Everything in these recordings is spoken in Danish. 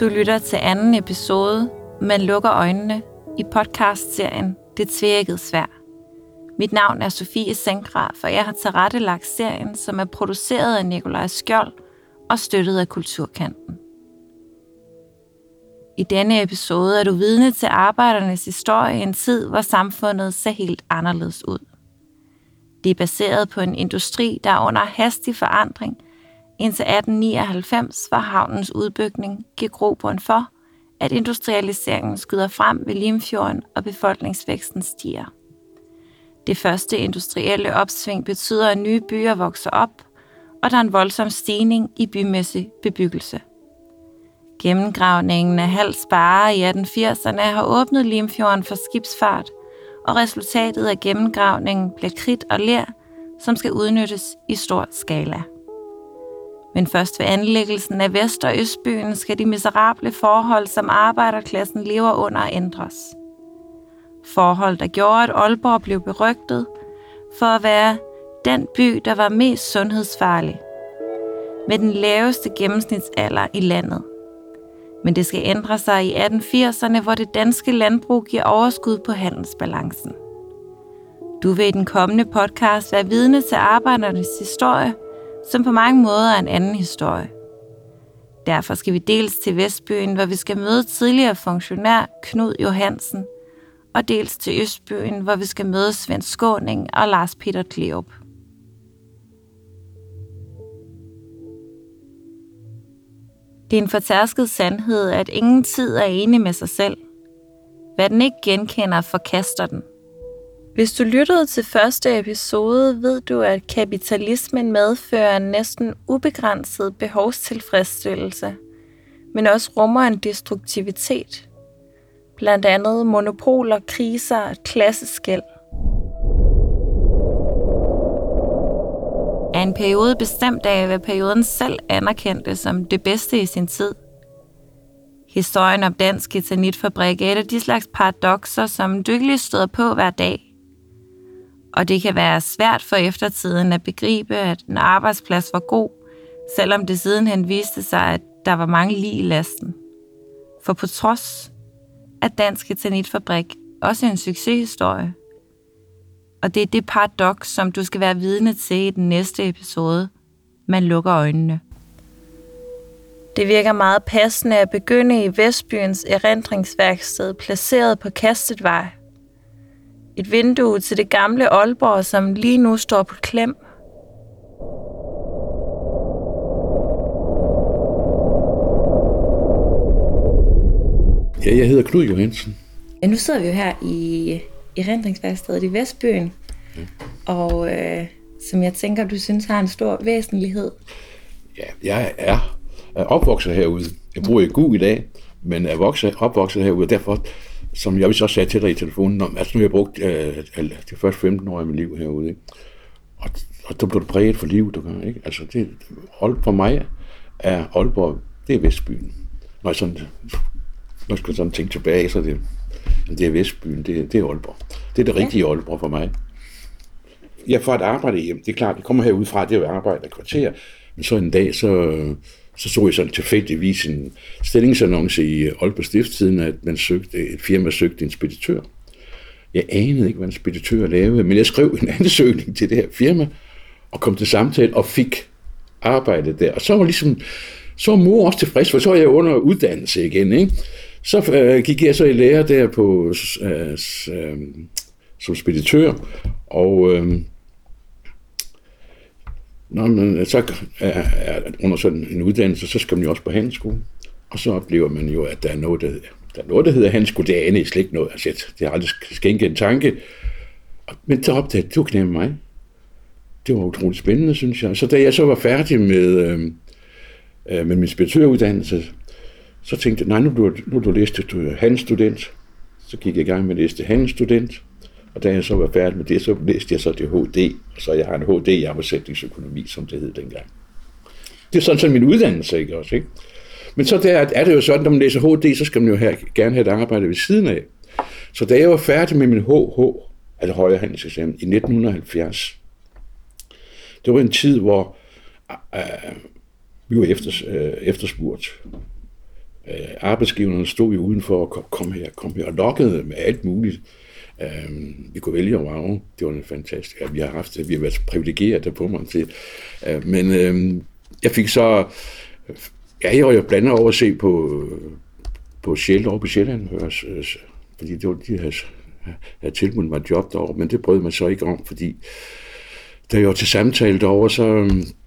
Du lytter til anden episode, Man lukker øjnene, i podcastserien Det tveæggede sværd. Mit navn er Sofie Sengra, for jeg har tilrettelagt serien, som er produceret af Nikolaj Skjold og støttet af Kulturkanten. I denne episode er du vidne til arbejdernes historie i en tid, hvor samfundet ser helt anderledes ud. Det er baseret på en industri, der er under hastig forandring, indtil 1899 var havnens udbygning giver grobund for, at industrialiseringen skyder frem ved Limfjorden og befolkningsvæksten stiger. Det første industrielle opsving betyder, at nye byer vokser op, og der er en voldsom stigning i bymæssig bebyggelse. Gennemgravningen af Hals Barre i 1880'erne har åbnet Limfjorden for skibsfart, og resultatet af gennemgravningen bliver kridt og ler, som skal udnyttes i stor skala. Men først ved anlæggelsen af Vest- og Østbyen skal de miserable forhold, som arbejderklassen lever under, ændres. Forhold, der gjorde, at Aalborg blev berygtet for at være den by, der var mest sundhedsfarlig, med den laveste gennemsnitsalder i landet. Men det skal ændre sig i 1880'erne, hvor det danske landbrug giver overskud på handelsbalancen. Du vil i den kommende podcast være vidne til arbejdernes historie, som på mange måder er en anden historie. Derfor skal vi dels til Vestbyen, hvor vi skal møde tidligere funktionær Knud Johansen, og dels til Østbyen, hvor vi skal møde Svend Skaaning og Lars Peter Kleop. Det er en fortærsket sandhed, at ingen tid er enig med sig selv. Hvad den ikke genkender, forkaster den. Hvis du lyttede til første episode, ved du, at kapitalismen medfører en næsten ubegrænset behovstilfredsstillelse, men også rummer en destruktivitet. Blandt andet monopoler, kriser og klasseskel. Er en periode bestemt af, hvad perioden selv anerkendte som det bedste i sin tid. Historien om Dansk Eternitfabrik er et af de slags paradokser, som dyggeligt støder på hver dag. Og det kan være svært for eftertiden at begribe, at en arbejdsplads var god, selvom det sidenhen viste sig, at der var mange lig i lasten. For på trods af Dansk Eternitfabrik også en succeshistorie. Og det er det paradoks, som du skal være vidne til i den næste episode. Man lukker øjnene. Det virker meget passende at begynde i Vestbyens erindringsværksted, placeret på Kastetvej. Et vindue til det gamle Aalborg, som lige nu står på klem. Ja, jeg hedder Knud Johansen. Ja, nu sidder vi jo her i erindringsværkstedet i Vestbyen, og som jeg tænker, du synes har en stor væsentlighed. Ja, jeg er opvokset herude. Jeg bor i Gug i dag, men er opvokset herude, og derfor, som jeg også sagde til dig i telefonen, altså nu har jeg brugt de første 15 år af mit liv herude, ikke? Og der blev det præget for livet, du kan, ikke? Altså, for mig er Aalborg, det er Vestbyen. Når jeg skal sådan tænke tilbage, så det er Vestbyen, det er Aalborg. Det er det rigtige Aalborg for mig. Jeg får et arbejde hjem, det er klart, jeg kommer herudefra, det er jo arbejde af kvarter, men så en dag, så jeg sådan tilfældigvis en stillingsannonce i Aalborg Stiftstidende, at et firma søgte en speditør. Jeg anede ikke, hvad en speditør lavede, men jeg skrev en ansøgning til det her firma, og kom til samtale og fik arbejde der. Og så var mor også tilfreds, for så var jeg under uddannelse igen, ikke? Så gik jeg så i lære der på som speditør, og når man så er under sådan en uddannelse, så skal man jo også på handelsskole, og så oplever man jo, at der er noget, der hedder handelsskole. Det aner jeg slet ikke noget. Altså, det har aldrig skænket en tanke. Men så opdagede det var knæppe mig. Det var utroligt spændende, synes jeg. Så da jeg så var færdig med min speditøruddannelse, så tænkte jeg, nej, nu du læst til handelsstudent. Så gik jeg i gang med at læse til handelsstudent. Og da jeg så var færdig med det, så læste jeg så det HD. Og så jeg har en HD i arbejdsætningsøkonomi, som det hed dengang. Det er sådan min uddannelse, ikke også, ikke? Men så der er det jo sådan, når man læser HD, så skal man jo gerne have et arbejde ved siden af. Så da jeg var færdig med min HH, altså højere handelseksamen, i 1970, det var en tid, hvor vi var efterspurgt. Arbejdsgiverne stod jo udenfor og kom her og lokkede med alt muligt. Vi kunne vælge og vrage. Det var fantastisk. Vi har været privilegeret på mig til. Men jeg fik så... jeg var jo blandet over at se på Shell over på Sjælland, fordi det var, de havde tilbudt mig et job derovre, men det brød man så ikke om, fordi da jeg var til samtale derovre, så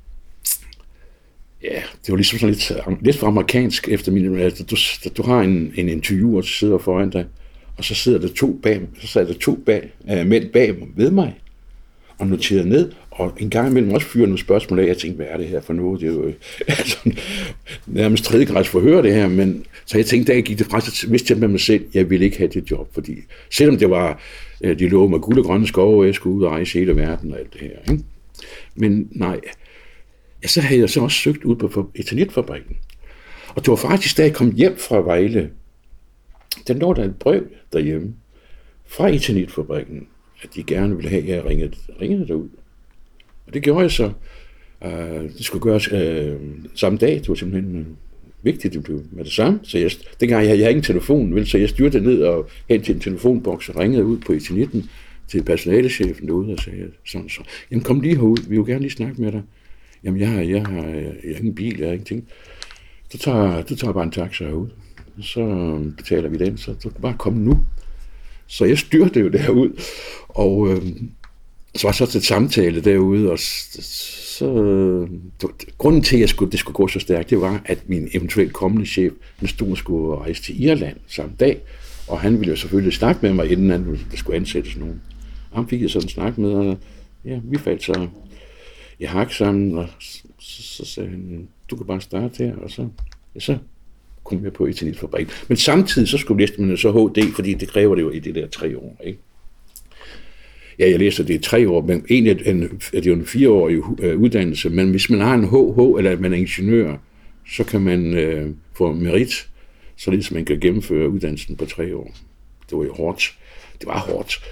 det var ligesom sådan lidt for amerikansk efter min... Altså, du har en interviewer, der sidder foran dig, og så sad der to mænd bag ved mig, og noterede ned, og en gang imellem også fyre nogle spørgsmål af. Jeg tænkte, hvad er det her for noget? Det er jo altså, nærmest tredjegrads forhør det her, men så jeg tænkte, da jeg gik det fra, så vidste jeg med mig selv, jeg ville ikke have det job, fordi selvom det var, de lovede mig guld og grønne skove, og jeg skulle ud og rejse hele verden og alt det her, ikke? Men nej, så havde jeg så også søgt ud på Eternitfabrikken. Og det var faktisk, da jeg kom hjem fra Vejle, der lå der et brev derhjemme fra Eternitfabrikken, at de gerne ville have, at jeg ringede derud. Og det gjorde jeg så. Det skulle gøres samme dag. Det var simpelthen vigtigt, det blev med det samme. Så dengang jeg havde ingen telefon, vel, så jeg styrte ned og hen til en telefonboks og ringede ud på Eternitten til personalechefen derude og sagde sådan så. Jamen kom lige herud, vi vil gerne lige snakke med dig. Jamen jeg har ingen bil, jeg har ingenting. Du tager bare en taxa herud. Så betaler vi den, så du kan bare komme nu. Så jeg styrte jo derud, og så var så til et samtale derude, og så grunden til, at det skulle gå så stærkt, det var, at min eventuelt kommende chef, skulle rejse til Irland samme dag, og han ville jo selvfølgelig snakke med mig, inden der skulle ansættes nogen. Og han fik jeg sådan en snak med, og ja, vi faldt så i hak sammen, og så sagde han, du kan bare starte her, og så kom jeg på Eternitfabrikken. Men samtidig så skulle jeg læse man så HD, fordi det kræver det jo i det der 3 år, ikke? Ja, jeg læser det i 3 år, men egentlig er det jo en 4-årig uddannelse, men hvis man har en HH, eller man er ingeniør, så kan man få merit, således man kan gennemføre uddannelsen på 3 år. Det var jo hårdt. Det var hårdt.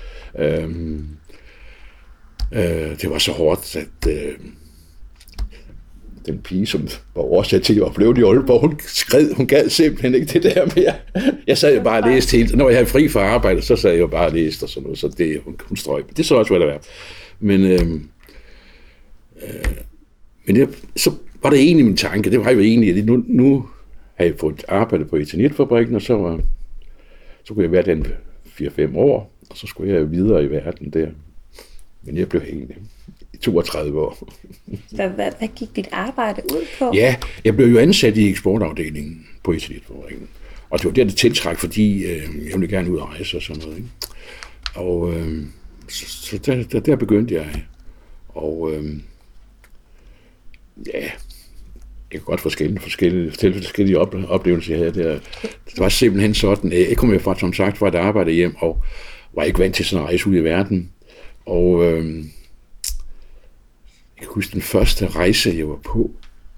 Det var så hårdt, at den pige, som var oversat til at opleve det i Aalborg, hun gad simpelthen ikke det der mere. Jeg sad jo bare og læste helt. Når jeg havde fri fra arbejde, så sad jeg jo bare og læste og sådan noget, så det hun strøg. Det så også, hvad det var. Men så var det egentlig min tanke. Det var jo egentlig, at nu havde jeg fået arbejde på Eternitfabrikken, og så kunne jeg være den 4-5 år, og så skulle jeg videre i verden der. Men jeg blev hængende i 32 år. Hvad gik dit arbejde ud på? Ja, jeg blev jo ansat i eksportafdelingen på Eternitfabrikken. Og det var det tiltræk, fordi jeg ville gerne ud og rejse og sådan noget. Ikke? Og så der begyndte jeg. Og ja, jeg kan godt forskellige oplevelser, jeg havde der. Det var simpelthen sådan. Jeg kom jo fra, som sagt, fra et arbejde hjem, og var ikke vant til sådan at rejse ud i verden. Og jeg kan huske den første rejse, jeg var på.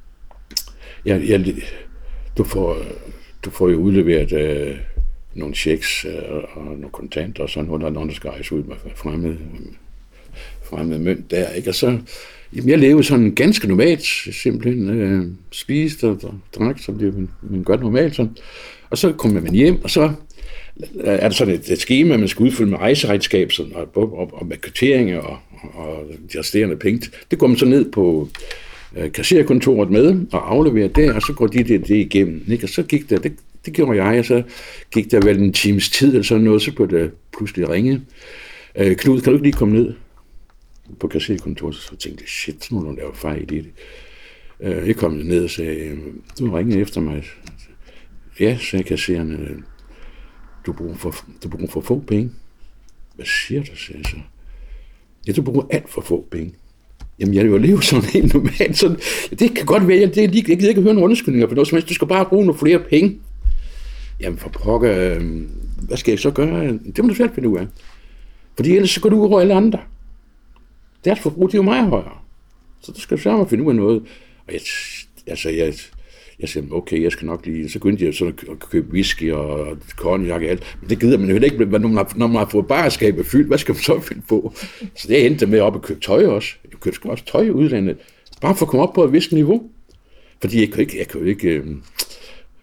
Du får jo udleveret nogle checks og nogle kontanter og sådan noget, når du skal rejse ud med fremmede mønt der, ikke? Og så, jeg levede sådan ganske normalt, simpelthen spiste og drak, som det man gør normalt sådan. Og så kommer man hjem, og så er der sådan et skema, man skal udfylde med rejseregnskab og med kvitteringer og de resterende penge. Det går man så ned på kasserkontoret med og afleverer der, og så går det igennem. Ikke? Og så gik der, det gjorde jeg, og så gik der vel en times tid eller sådan noget, så blev det pludselig ringe. Knud, kan du ikke lige komme ned på kasserkontoret? Så tænkte jeg, shit, nu er der lavet fejl i det. Jeg kom ned og sagde, du ringede efter mig. Ja, sagde kasseren, du bruger for få penge. Hvad siger du, sagde jeg så? Ja, du bruger alt for få penge. Jamen, jeg vil jo leve sådan helt normalt. Sådan. Ja, det kan godt være, jeg gider ikke høre nogle undskyldninger for noget som helst. Du skal bare bruge nogle flere penge. Jamen, for pokker, hvad skal jeg så gøre? Det må du selv finde ud af. Fordi ellers så går du ud over alle andre. Deres forbrug, det er jo meget højere. Så du skal jo sammen finde ud af noget. Og jeg siger, okay, jeg skal nok lige... Så begyndte jeg sådan at købe whisky og cognac og alt. Men det gider man jo ikke, når man har fået barskabet fyldt. Hvad skal man så finde på? Så det endte med op at købe tøj også. Jeg købte også tøj i udlandet. Bare for at komme op på et vist niveau. Fordi jeg kan jo ikke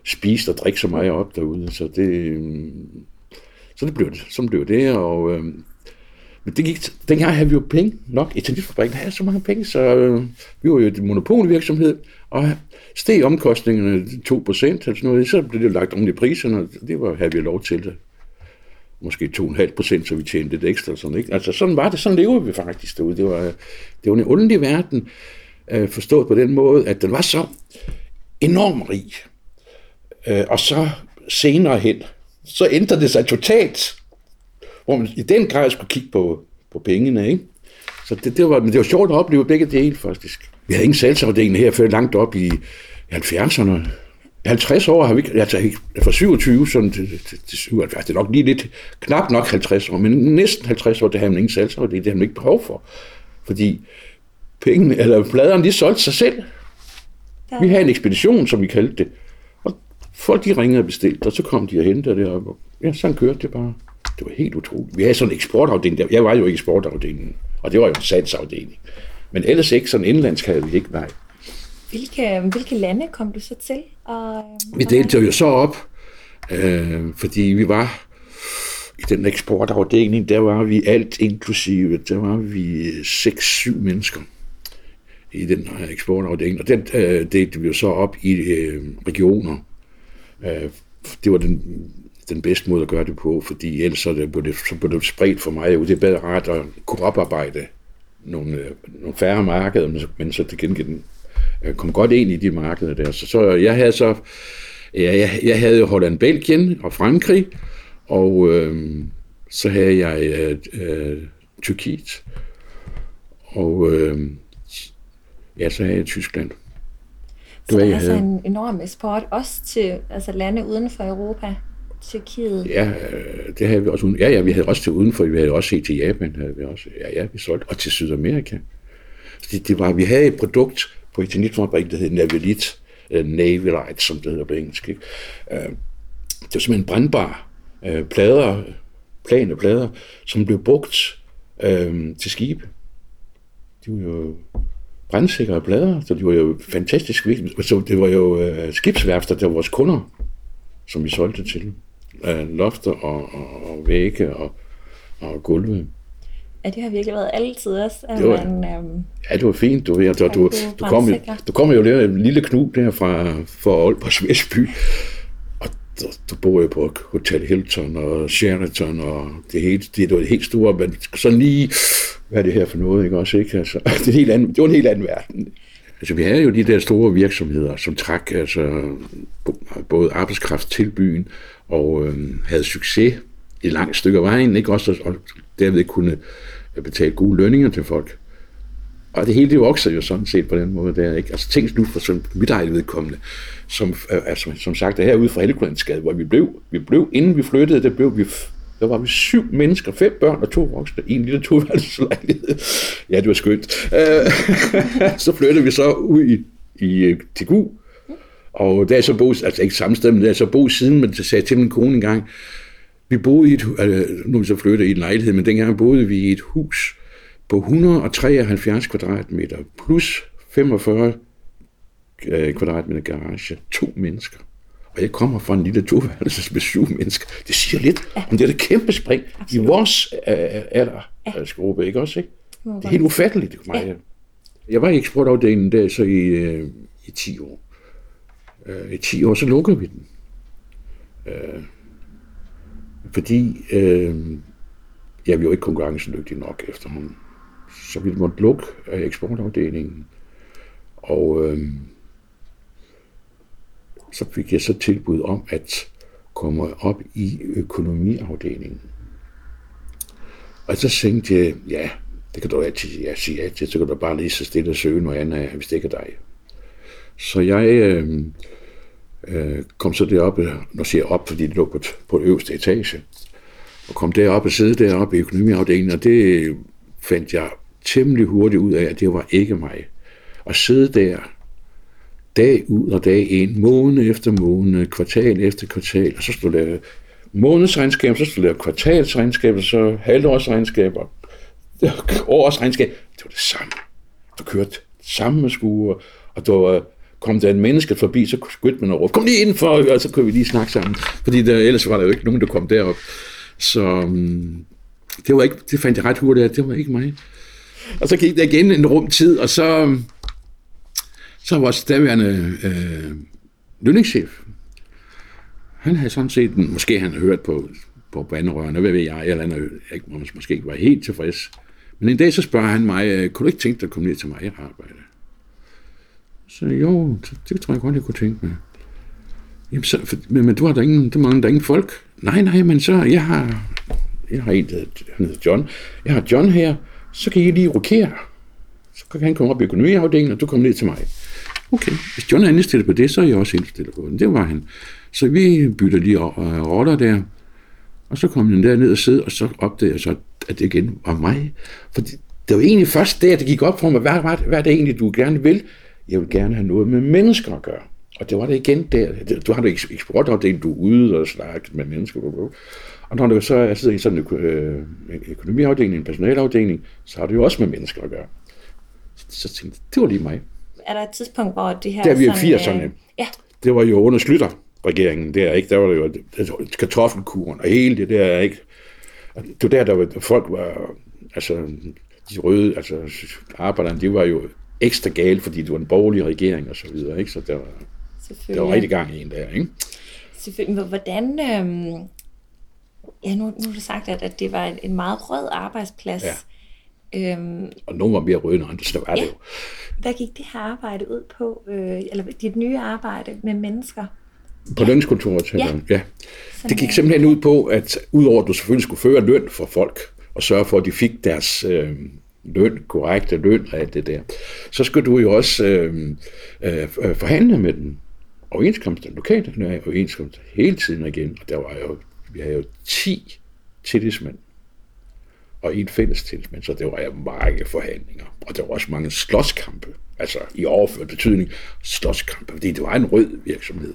spise og drikke så meget op derude. Så det blev det. Sådan blev det, og men det gik, dengang havde vi jo penge nok. Eternitfabrikken havde så mange penge, så vi var jo et monopolvirksomhed, og steg omkostningerne 2%, eller sådan noget, så blev det lagt om i priserne, og det havde vi lov til det. Måske 2,5%, så vi tjente lidt ekstra. Sådan, ikke? Altså sådan var det, sådan levede vi faktisk derude. Det var en underlig verden, forstået på den måde, at den var så enormt rig. Og så senere hen, så ændrede det sig totalt, hvor man i den grad skulle kigge på pengene, ikke? Så men det var sjovt at opleve begge dele, faktisk. Vi havde ingen salgsafdeling her før langt op i 70'erne. 50 år har vi ikke, altså fra 27 sådan til 77, det er nok lige lidt, knap nok 50 år, men næsten 50 år, det havde man ingen salgsafdeling, det havde man ikke behov for. Fordi pladerne, de solgte sig selv. Vi havde en ekspedition, som vi kaldte det, og folk de ringede og bestilte, og så kom de og hentede det, og ja, sådan kørte det bare. Det var helt utroligt. Vi havde sådan en eksportafdeling der. Jeg var jo ikke eksportafdelingen, og det var jo en salgsafdeling. Men ellers ikke sådan indlandsk havde vi ikke, nej. Hvilke lande kom du så til? Vi delte jo så op, fordi vi var i den eksportafdeling, der var vi alt inklusive, der var vi 6-7 mennesker i den eksportafdeling, og den delte vi jo så op i regioner. Det var den bedste måde at gøre det på, fordi ellers så blev det spredt for mig ud. Det er bedre ret at kunne oparbejde nogle færre markeder, men så til gengæld kom godt ind i de markeder der. Så jeg havde Holland, Belgien og Frankrig, og så havde jeg Tyrkiet, og så havde jeg Tyskland. Så det er en enorm eksport, også til lande uden for Europa, Tyrkiet? Ja, det havde vi også. Ja, vi havde også til udenfor, vi havde også set til Japan, havde vi også. Ja, vi solgte, og til Sydamerika. Vi havde et produkt på eternitfabrikken, der hed Navilit, Navilite, som det hedder på engelsk. Ikke? Det var simpelthen brandbare plane plader, som blev brugt til skibe. De var jo brandsikre plader, så de var jo fantastisk vigtige. Så det var jo skibsværfter, der var vores kunder, som vi solgte til. Lofter og vægge og gulve. Ja, det har virkelig været altid også. Ja, det var fint. Du kom jo der en lille knud der fra Aalborgs Vestby, og du bor jo på Hotel Hilton og Sheraton, og det var helt store, men sådan lige, hvad er det her for noget, ikke også, ikke? Altså, det var en helt anden verden. Altså, vi havde jo de der store virksomheder, som trak både arbejdskraft til byen, og havde succes i langt stykke af vejen, ikke også, og derved kunne betale gode lønninger til folk. Og det hele, det vokser jo sådan set på den måde der, ikke? Altså, tænk nu for sådan mit eget vedkommende, som sagt, herude fra Helgolandsgade, hvor vi blev, inden vi flyttede, der var vi 7 mennesker, 5 børn og 2 voksne, i en lille toværelseslejlighed. Ja, det var skønt. Så flyttede vi så ud til Gu, og der er så boet, altså ikke samme sted, men der er så boet siden, men det sagde til min kone engang, vi boede nu er vi så flyttet i en lejlighed, men dengang boede vi i et hus på 173 kvadratmeter, plus 45 kvadratmeter garage, 2 mennesker. Og jeg kommer fra en lille toværelses med 7 mennesker. Det siger lidt om det der kæmpe spring i vores aldersgruppe, ikke også? Ikke? Det er helt ufatteligt for mig. Jeg var i eksportafdelingen der så i 10 år. I 10 år, så lukker vi den. Fordi jeg var jo ikke konkurrencedygtig nok efterhånden. Så vi måtte lukke eksportafdelingen. Og så fik jeg så tilbud om at komme op i økonomiafdelingen. Og så tænkte jeg, ja, det kan du altid sige ja til, så kan du bare lige så stille og søge noget andet, hvis det ikke er dig. Så jeg kom så deroppe, når jeg siger op, fordi det lå på øverste etage, og kom derop og sidde deroppe i økonomiafdelingen, og det fandt jeg temmelig hurtigt ud af, at det var ikke mig. At sidde der, dag ud og dag ind, måned efter måned, kvartal efter kvartal, og så stod der månedsregnskaber, så stod der kvartalsregnskaber, så halvårsregnskaber, årsregnskaber. Det var det samme. Du kørte samme skuer, og der var kom der en menneske forbi, så skyndte man og råbe, kom lige indenfor, og så kunne vi lige snakke sammen. Fordi ellers var der jo ikke nogen, der kom derop. Så det fandt jeg ret hurtigt, at det var ikke mig. Og så gik der igen en rumtid, og så vores daværende lønningschef, han havde sådan set, måske han havde hørt på vandrørene, hvad ved jeg, eller han måske ikke var helt tilfreds. Men en dag så spørger han mig, kunne du ikke tænke dig at komme ned til mig og arbejde? Så jo, det tror jeg godt, jeg kunne tænke mig. Jamen, men du har der ingen folk. Nej, men så, jeg har en, han hedder John. Jeg har John her, så kan I lige rokere. Så kan han komme op i økonomiafdelingen, og du kommer ned til mig. Okay, hvis John er indstillet på det, så er jeg også indstillet på det. Det var han. Så vi bytter lige roller der, og så kom han derned og sidde, og så opdagede jeg så, at det igen var mig. For det var egentlig først der, det gik op for mig, hvad er det egentlig, du gerne vil? Jeg vil gerne have noget med mennesker at gøre. Og det var det igen der. Du har det eksportafdeling, du er ude og snakke med mennesker. Og når du så er siddet i sådan en økonomiafdeling, en personalafdeling, så har du jo også med mennesker at gøre. Så tænkte jeg, det var lige mig. Er der et tidspunkt, hvor det her... Der er vi i 80'erne. Ja. Det var jo under Schlüter-regeringen der, ikke? Der var det jo kartoffelkuren og hele det der, ikke? Det var der folk var, altså de røde, altså arbejderne, de var jo ekstra gale, fordi det var en borgerlig regering og så videre, ikke? Så der var rigtig gang i en der, ikke? Selvfølgelig. Hvordan... nu har du sagt, at det var en meget rød arbejdsplads. Ja. Og nogle var mere røde end andre, så der var det jo. Hvad gik det her arbejde ud på? Eller dit nye arbejde med mennesker? På lønningskontoret, ja. Det gik simpelthen ud på, at udover at du selvfølgelig skulle føre løn for folk, og sørge for, at de fik deres korrekte løn og alt det der, så skulle du jo også forhandle med den overenskomst, lokale overenskomst, hele tiden igen. Og vi havde jo 10 tillidsmænd og en fælles tillidsmænd, så det var jo mange forhandlinger. Og der var også mange slåskampe, altså i overført betydning slåskampe, fordi det var en rød virksomhed.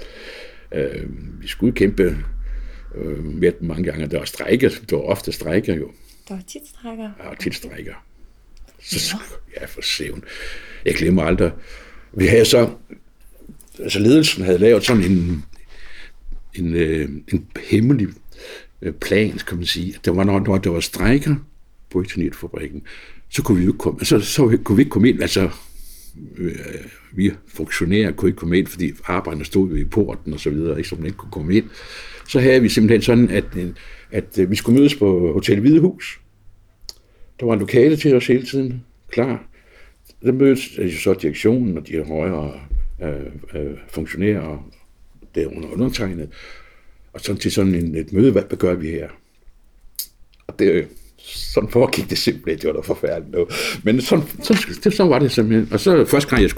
Vi skulle kæmpe med dem mange gange, der var strejker, der var ofte strejker jo. Der var tit strejker? Ja, tit strejker. Ja, for søvn. Jeg glemmer aldrig. Vi havde så, altså ledelsen havde lavet sådan en hemmelig plan, kan man sige. Der var, når der var strejker på Eternitfabrikken, så kunne vi jo ikke komme, så kunne vi ikke komme ind, altså vi funktionærer kunne ikke komme ind, fordi arbejderne stod i porten og så videre, ikke, så man ikke kunne komme ind. Så havde vi simpelthen sådan, at vi skulle mødes på Hotel Hvidehus. Der var en lokale til os hele tiden, klar. Der mødtes så direktionen og de højere funktionærer derunder undertegnet, og sådan til sådan et møde, hvad gør vi her? Og sådan foregik det simpelthen, det var da forfærdeligt noget. Men sådan var det simpelthen. Og så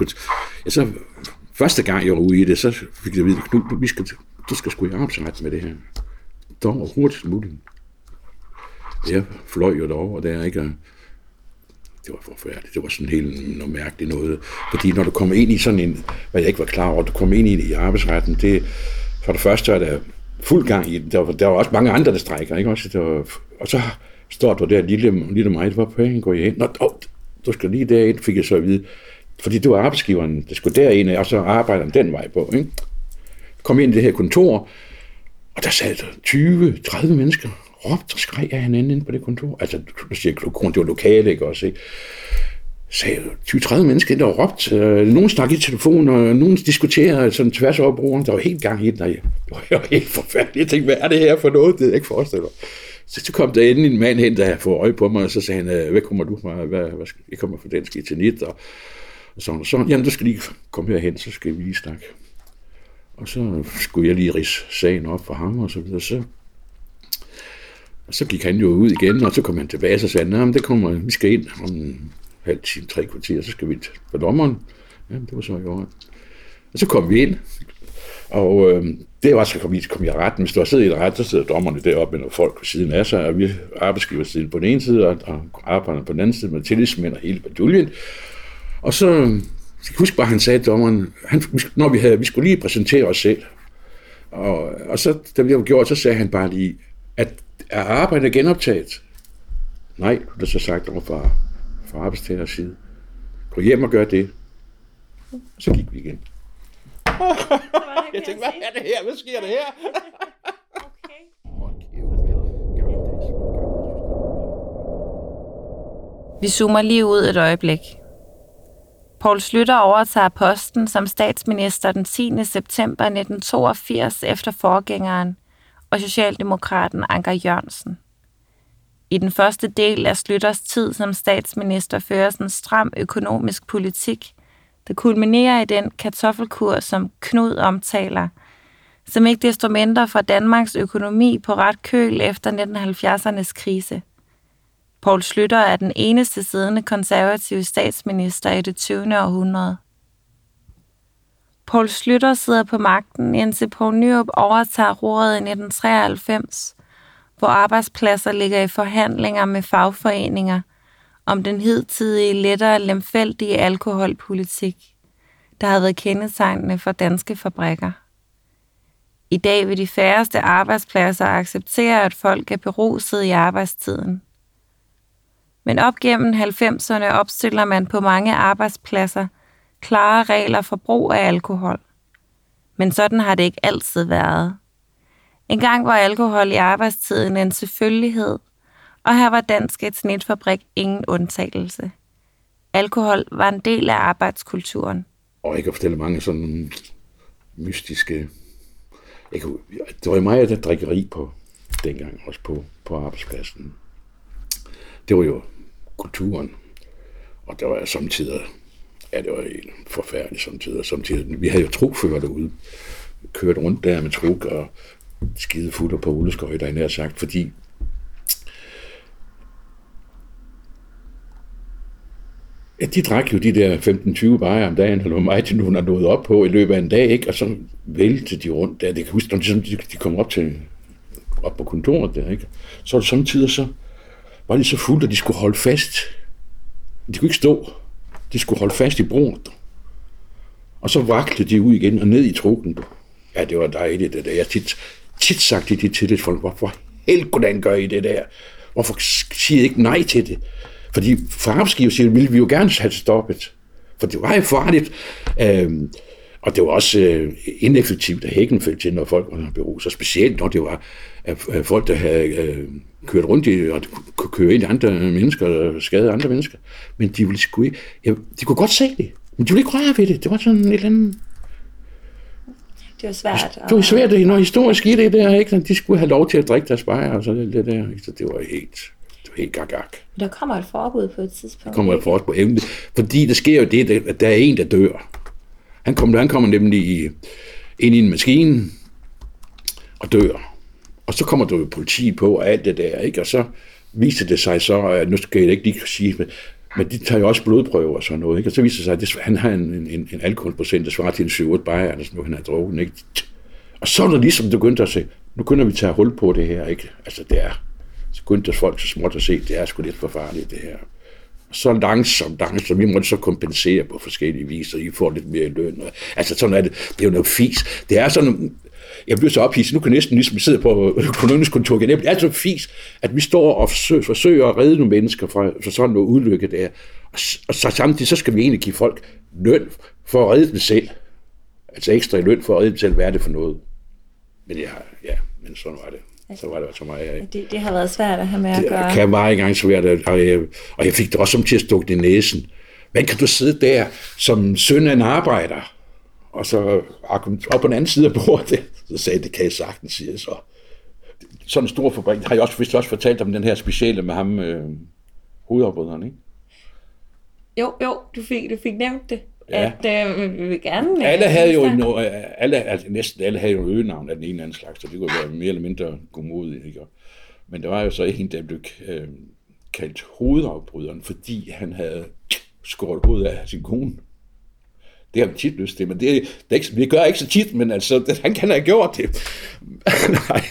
første gang jeg var ude i det, så fik jeg at vide, du skal sgu i arbejdsret med det her. Der var hurtigst muligt. Jeg fløj jo derovre der, ikke? Det var forfærdeligt. Det var sådan helt noget mærkeligt noget. Fordi når du kommer ind i sådan en, hvad jeg ikke var klar over, du kommer ind i arbejdsretten, det for det første er der fuld gang i den. Der var også mange andre, der strækker, ikke også? Og så står du der, lille mig, hvor på en går jeg ind. Du skal lige derind, fik jeg så at vide. Fordi det var arbejdsgiveren, der skulle derind, og så arbejder den vej på, ikke? Kom ind i det her kontor, og der sad 20-30 mennesker, råbte og skreg af hinanden inde på det kontor. Altså, du siger, det var lokale, ikke også, ikke? Sagde 20-30 mennesker, der var råbt. Nogen snakkede i telefon, og nogen diskuterede sådan tværs over broren. Der var helt gang i den, og det var helt forfærdeligt. Jeg tænkte, hvad er det her for noget? Det er ikke forestille mig. Så kom der endelig en mand hen, der får øje på mig, og så sagde han, hvad kommer du fra? Jeg kommer fra Dansk Eternit, og sådan. Jamen, du skal lige komme herhen, så skal vi lige snakke. Og så skulle jeg lige ridse sagen op for ham, og så videre. Så gik han jo ud igen, og så kom han tilbage, og så sagde han, vi skal ind om halv time, 3 kvarter, så skal vi på dommeren. Jamen, det var så i år. Og så kom vi ind, og det var så kom i retten. Hvis du har siddet i en ret, så sidder dommerne deroppe med nogle folk på siden af sig, og vi arbejdsgiver siden på den ene side, og arbejder på den anden side med tillidsmænd og hele baduljen. Og så jeg kan huske bare, han sagde dommeren, vi skulle lige præsentere os selv. Og så, da vi var gjort, så sagde han bare lige, at er arbejdet genoptaget? Nej, det er så sagt over fra arbejdstagerens side. Gå hjem og gør det. Så gik vi igen. Jeg tænkte, hvad er det her? Hvad sker der her? Vi zoomer lige ud et øjeblik. Poul Schlüter overtager posten som statsminister den 10. september 1982 efter forgængeren og socialdemokraten Anker Jørgensen. I den første del af Schlüters tid som statsminister føres en stram økonomisk politik, der kulminerer i den kartoffelkur, som Knud omtaler, som ikke desto mindre får Danmarks økonomi på ret køl efter 1970'ernes krise. Poul Schlüter er den eneste siddende konservative statsminister i det 20. århundrede. Poul Schlüter sidder på magten, indtil Poul Nyrup overtager roret i 1993, hvor arbejdspladser ligger i forhandlinger med fagforeninger om den hidtidige, lettere lemfældige alkoholpolitik, der har været kendetegnende for danske fabrikker. I dag vil de færreste arbejdspladser acceptere, at folk er beruset i arbejdstiden. Men op gennem 90'erne opstiller man på mange arbejdspladser klare regler for brug af alkohol. Men sådan har det ikke altid været. En gang var alkohol i arbejdstiden en selvfølgelighed, og her var Dansk Eternitfabrik ingen undtagelse. Alkohol var en del af arbejdskulturen. Og jeg kan fortælle mange sådan mystiske... Det var meget af drikkeri på dengang, også på arbejdspladsen. Det var jo kulturen, og der var samtidig, det var forfærdeligt samtidig. Vi havde jo trukfører derude, kørt rundt der med truk og skide futter på rulleskøjter, der nær sagt, fordi de drak jo de der 15-20 bajer om dagen, eller hvor meget de nu har nået op på i løbet af en dag, ikke? Og så væltede de rundt der. Det kan huske, når de kom op på kontoret der, ikke? Så var det samtidig så var de så fulde, at de skulle holde fast. De kunne ikke stå. De skulle holde fast i broen. Og så vaklede de ud igen og ned i trukken. Ja, det var dejligt, det der. Jeg har tit sagt til de tillidsfolk, hvorfor helgodan gør I det der? Hvorfor siger I ikke nej til det? Fordi for arbejdsgiver siger, ville vi jo gerne have stoppet. For det var jo farligt. Og det var også ineffektivt at Hækkenfeldt til, når folk var beruset. Specielt når det var folk, der havde kørt rundt i og kunne køre ind i andre mennesker og skade andre mennesker. Men de ville sgu ikke... de kunne godt se det, men de ville ikke røre ved det. Det var sådan et eller andet... Det var svært. Det var svært, når historisk skete det der, ikke? De skulle have lov til at drikke deres bajer og så det der. Ikke? Så det var helt gak. Der kommer et forbud på et tidspunkt. Der kommer et forbud på evne. Fordi der sker jo det, at der er en, der dør. Han kommer nemlig ind i en maskine og dør. Og så kommer der jo politi på og alt det der, ikke? Og så viser det sig så, at nu skal jeg ikke lige sige, men de tager jo også blodprøver og sådan noget, ikke? Og så viser det sig, at han har en alkoholprocent, der svarer til en 7-8 bajer, eller sådan noget, han har drukket, ikke? Og så er det ligesom begyndt at se, nu begynder vi at tage hul på det her, ikke? Altså det er, så begyndte folk så småt at se, det er sgu lidt for farligt det her. Så langsomt, vi måtte så kompensere på forskellige vis, så I får lidt mere i løn. Altså sådan er det. Det er jo noget fis. Det er sådan, jeg bliver så ophidset, nu kan jeg næsten ligesom sidde på økonomisk kontor igen. Det er så fis, at vi står og forsøger at redde nogle mennesker fra sådan noget ulykke der. Og så samtidig så skal vi egentlig give folk løn for at redde dem selv. Altså ekstra løn for at redde dem selv. Hvad er det for noget? Men men sådan var det. Så var det også mig. Det har været svært at have med at gøre. Det kan meget engang svært, og jeg fik det også som til at stukke det i næsen. Hvordan kan du sidde der som søn af en arbejder, og så op på den anden side af bordet, så sagde det kan jeg sagtens sige så. Sådan en stor fabrik, har jeg også fortalt om den her speciale med ham, hovedafbryderen, ikke? Jo, du fik nævnt det. Ja. At vi vil gerne... Alle havde jo næsten alle havde jo øgenavn af den ene eller anden slags, så det kunne være mere eller mindre godmodigt, ikke? Men der var jo så en, der blev kaldt hovedafbryderen, fordi han havde skåret hovedet af sin kone. Det har vi tit lyst til, men det er ikke, vi gør ikke så tit, men altså, han kan have gjort det. Nej,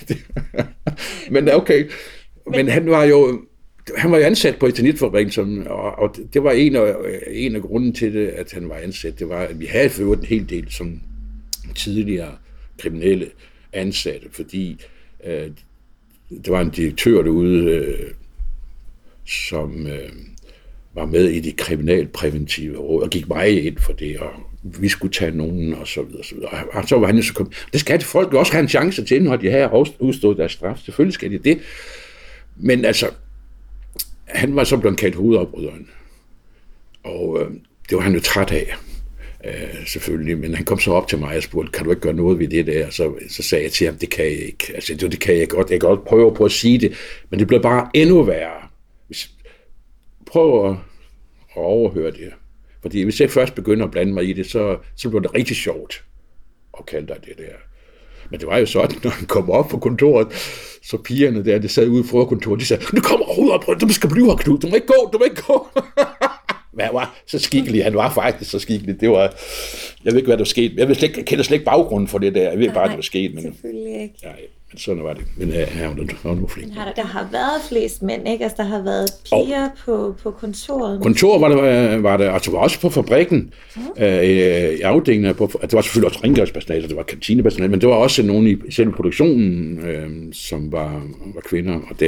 men okay. Men han var jo ansat på Eternitfabrikken, og det var en af grunden til det, at han var ansat. Det var, at vi havde ført en hel del som tidligere kriminelle ansatte, fordi der var en direktør derude, som var med i de kriminalpræventive råd, og gik meget ind for det, og vi skulle tage nogen, og så videre, og så videre. Og så var han jo så kommet. Det skal folk også have en chance til, når de har udstået deres straf. Selvfølgelig skal de det. Men altså, han var så blevet kaldt hovedafbryderen. Og det var han jo træt af, selvfølgelig. Men han kom så op til mig og spurgte, kan du ikke gøre noget ved det der? Og så sagde jeg til ham, det kan jeg ikke. Altså, det kan jeg godt. Jeg kan godt prøve på at sige det, men det bliver bare endnu værre. Prøv at overhøre det. Fordi hvis jeg først begynder at blande mig i det, så bliver det rigtig sjovt at kalde dig det der. Men det var jo sådan, når han kom op på kontoret, så pigerne der, de sad ude for kontoret, de sagde, nu kommer hovedafbryderen, du skal blive her, Knud, du må ikke gå. Men han var så skikkelig, han var faktisk så skikkelig. Det var, jeg ved ikke, hvad der skete. Jeg kender slet ikke baggrunden for det der. Jeg ved bare, det var sket. Men selvfølgelig ikke. Ja, men sådan var det. Men han var nu flink. Der har været flest mænd, ikke? Altså, der har været piger på kontoret. Kontoret var der, altså også på fabrikken, i afdelingen. Det var selvfølgelig også rengøringspersonale, det var kantinepersonale, men det var også nogen i selve produktionen, som var kvinder. Og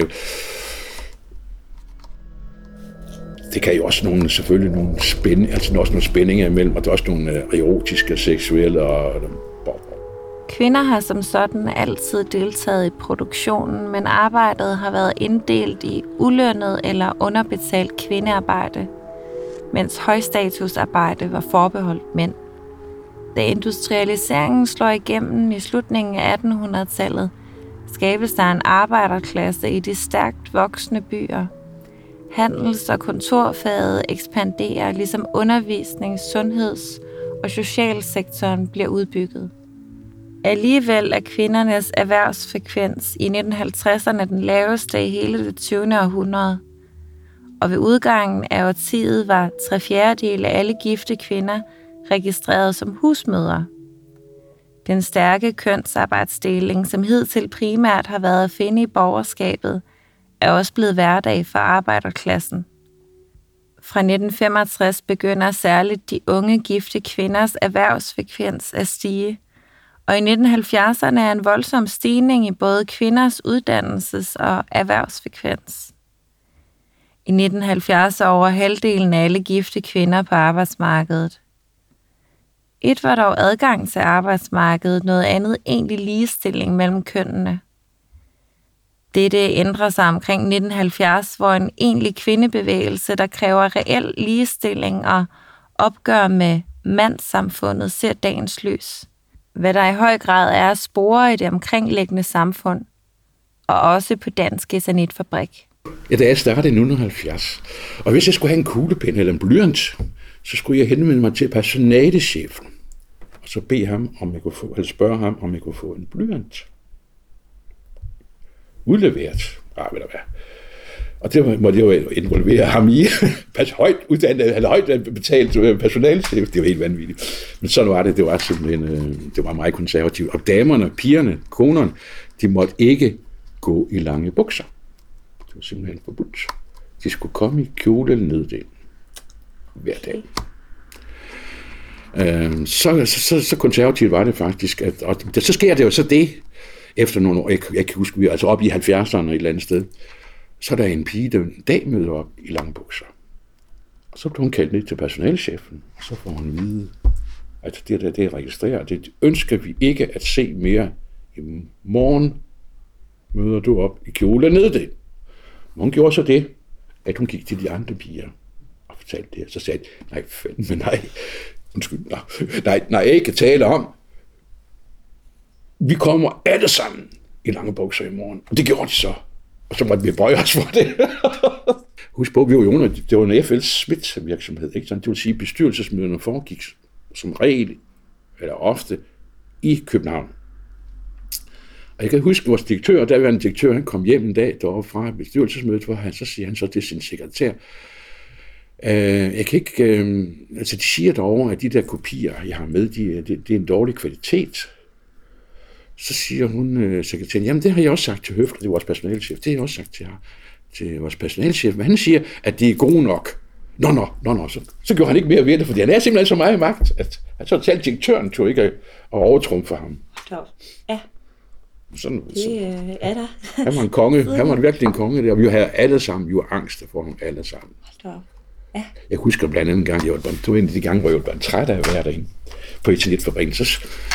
det kan jo også selvfølgelig nogle spændinger imellem, og der er også nogle erotiske, seksuelle og... Kvinder har som sådan altid deltaget i produktionen, men arbejdet har været inddelt i ulønnet eller underbetalt kvindearbejde, mens højstatusarbejde var forbeholdt mænd. Da industrialiseringen slår igennem i slutningen af 1800-tallet, skabes der en arbejderklasse i de stærkt voksende byer. Handels- og kontorfaget ekspanderer, ligesom undervisnings-, sundheds- og socialsektoren bliver udbygget. Alligevel er kvindernes erhvervsfrekvens i 1950'erne den laveste i hele det 20. århundrede, og ved udgangen af årtiet var 3/4 af alle gifte kvinder registreret som husmødre. Den stærke kønsarbejdsdeling, som hidtil primært har været at finde i borgerskabet, er også blevet hverdag for arbejderklassen. Fra 1965 begynder særligt de unge gifte kvinders erhvervsfrekvens at stige, og i 1970'erne er en voldsom stigning i både kvinders uddannelses- og erhvervsfrekvens. I 1970 er over halvdelen af alle gifte kvinder på arbejdsmarkedet. Et var dog adgang til arbejdsmarkedet, noget andet egentlig ligestilling mellem kønnene. Dette ændrer sig omkring 1970, hvor en egentlig kvindebevægelse, der kræver reel ligestilling og opgør med mandssamfundet, ser dagens lys. Hvad der i høj grad er at spore i det omkringliggende samfund, og også på Dansk Eternitfabrik. Ja, da jeg startede i 1970, og hvis jeg skulle have en kuglepen eller en blyant, så skulle jeg henvende mig til personalechefen, og så bede ham, om jeg kunne få, eller spørge ham, om jeg kunne få en blyant. Udleveret. Ved du hvad. Og det måtte jeg jo involvere ham i. Højt uddannet, eller højt betalt personalchef. Det var helt vanvittigt. Men sådan var det. Det var simpelthen, det var meget konservativt. Og damerne, pigerne, konerne, de måtte ikke gå i lange bukser. Det var simpelthen forbudt. De skulle komme i kjole eller neddel. Hver dag. Så konservativt var det faktisk. Og så sker det jo så det, efter nogle år, jeg kan huske, vi altså op i 70'erne et eller andet sted, så er der en pige, der en dag møder op i lange bukser. Og så bliver hun kaldt ned til personalchefen, og så får hun at vide, at det er registreret. Det ønsker vi ikke at se mere. I morgen møder du op i kjole og neddel. Hun gjorde så det, at hun gik til de andre piger og fortalte det. Så sagde nej, fandme nej. Undskyld, nej, jeg ikke tale om. Vi kommer alle sammen i lange bukser i morgen. Og det gjorde de så. Og så måtte vi bøje os for det. Husk på, vi var jo under, det var en FL Smith virksomhed. Ikke? Det vil sige, at bestyrelsesmøderne foregik som regel, eller ofte, i København. Og jeg kan huske, vores direktør, der var en direktør, han kom hjem en dag deroppe fra bestyrelsesmødet, hvor så siger han så til sin sekretær, jeg kan ikke, altså de siger derovre, at de der kopier, jeg har med, det er en dårlig kvalitet. Så siger hun, sekretæren, jamen det har jeg også sagt til Høfler, det er vores personalchef, det har jeg også sagt til vores personalchef, men han siger, at det er gode nok. Nå, så gjorde han ikke mere ved det, fordi han er simpelthen så meget i magt, at så talte direktøren tog ikke at overtrumfe ham. Ja. Sådan, det er der. Han var en konge, han var virkelig en konge der, og vi havde alle sammen, vi var angst for ham alle sammen. Ja. Jeg husker blandt andet en gang, det var en af de gange, hvor jeg var træt af at være derinde på Eternitfabrikken. Så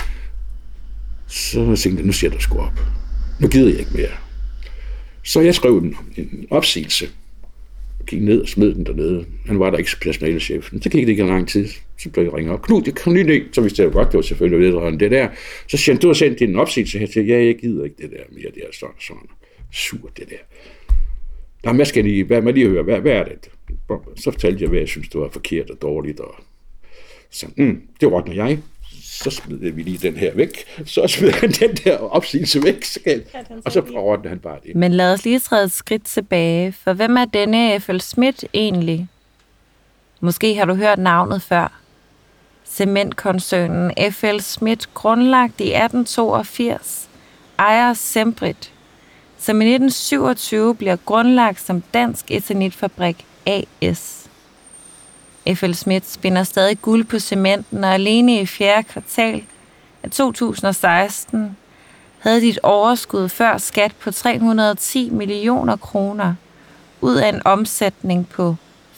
tænkte jeg, nu siger du sgu op. Nu gider jeg ikke mere. Så jeg skrev en opsigelse. Gik ned og smed den dernede. Han var der ikke personalechefen. Så gik det ikke en lang tid. Så blev jeg ringet op. Knud, det kom lige ned. Så vidste jeg jo godt, det var selvfølgelig vedrørende det der. Så siger han, du har sendt din opsigelse her til. Ja, jeg gider ikke det der mere. Det er sådan. Surt det der. Der er masken lige. Hvad lige høre? Hvad er det? Så fortalte jeg, hvad jeg synes, det var forkert og dårligt. Og så, det ordner jeg. Så smed vi lige den her væk. Så smed han den der opsigelse væk. Og så ordnede han bare det. Men lad os lige træde et skridt tilbage. For hvem er denne F.L. Schmidt egentlig? Måske har du hørt navnet før. Cementkoncernen F.L. Schmidt, grundlagt i 1882, ejer Sembrit, som i 1927 bliver grundlagt som Dansk Eternitfabrik A/S. F.L. Schmidt spinder stadig guld på cementen, og alene i 4. kvartal af 2016 havde de et overskud før skat på 310 millioner kroner ud af en omsætning på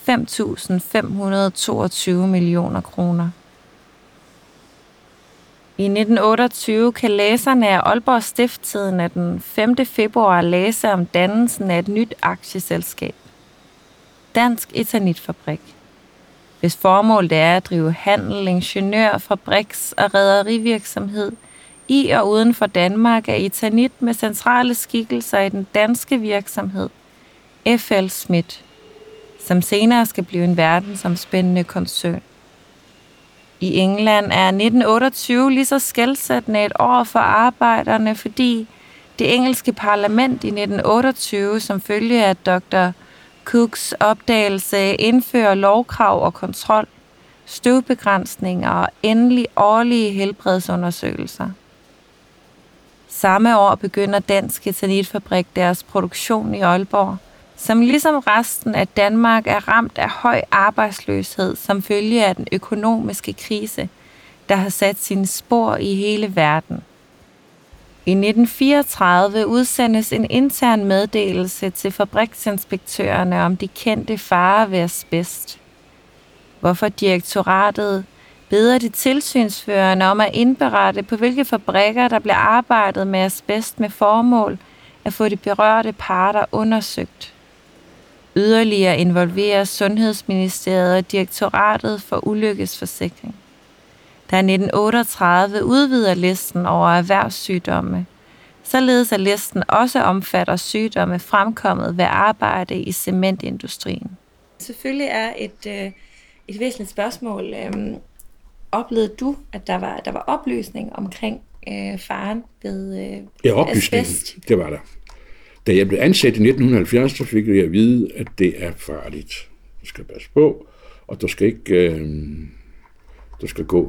5.522 millioner kroner. I 1928 kan læserne af Aalborg Stiftstidende af den 5. februar læse om dannelsen af et nyt aktieselskab. Dansk Eternitfabrik, hvis formål det er at drive handel, ingeniør, fabriks- og rederivirksomhed i og uden for Danmark, er Eternit med centrale skikkelser i den danske virksomhed F.L. Schmidt, som senere skal blive en verdensomspændende koncern. I England er 1928 lige så skelsættende et år for arbejderne, fordi det engelske parlament i 1928 som følge af Dr. Cooks opdagelse indfører lovkrav og kontrol, støvbegrænsninger og endelig årlige helbredsundersøgelser. Samme år begynder Dansk Eternitfabrik deres produktion i Aalborg, som ligesom resten af Danmark er ramt af høj arbejdsløshed som følge af den økonomiske krise, der har sat sine spor i hele verden. I 1934 udsendes en intern meddelelse til fabriksinspektørerne om de kendte farer ved asbest, hvorfor direktoratet beder de tilsynsførende om at indberette, på hvilke fabrikker der bliver arbejdet med asbest med formål at få de berørte parter undersøgt. Yderligere involverer Sundhedsministeriet og Direktoratet for Ulykkesforsikring, der i 1938 udvider listen over erhvervssygdomme, således at listen også omfatter sygdomme fremkommet ved arbejde i cementindustrien. Selvfølgelig er et væsentligt spørgsmål. Oplevede du, at der var oplysning omkring faren ved oplysning, asbest? Det var der. Da jeg blev ansat i 1970, så fik jeg at vide, at det er farligt. Du skal passe på, og du skal ikke du skal gå,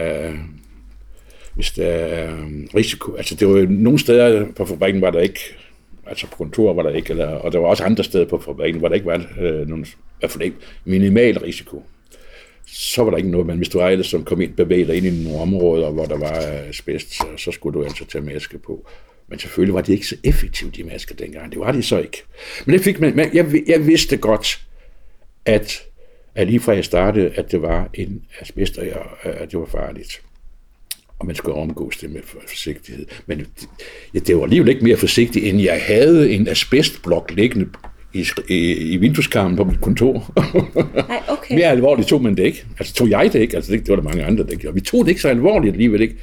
hvis der er risiko. Altså det var jo nogle steder på fabrikken var der ikke, altså på kontoret var der ikke, og der var også andre steder på fabrikken, hvor der ikke var nogen, i hvert fald ikke minimal risiko. Så var der ikke noget, men hvis du ejede, som kom ind, bevægede dig ind i nogle områder, hvor der var asbest, så skulle du altså tage maske på. Men selvfølgelig var det ikke så effektivt, de masker dengang. Det var det så ikke. Men det fik man, jeg vidste godt, at lige fra jeg startede, at det var en asbest, og at det var farligt. Og man skulle omgås det med forsigtighed. Men det var alligevel ikke mere forsigtigt, end jeg havde en asbestblok liggende i vindueskarmen på mit kontor. Nej, okay. Mere alvorligt tog man det ikke. Altså tog jeg det ikke. Altså det var der mange andre, der ikke. Og vi tog det ikke så alvorligt alligevel ikke.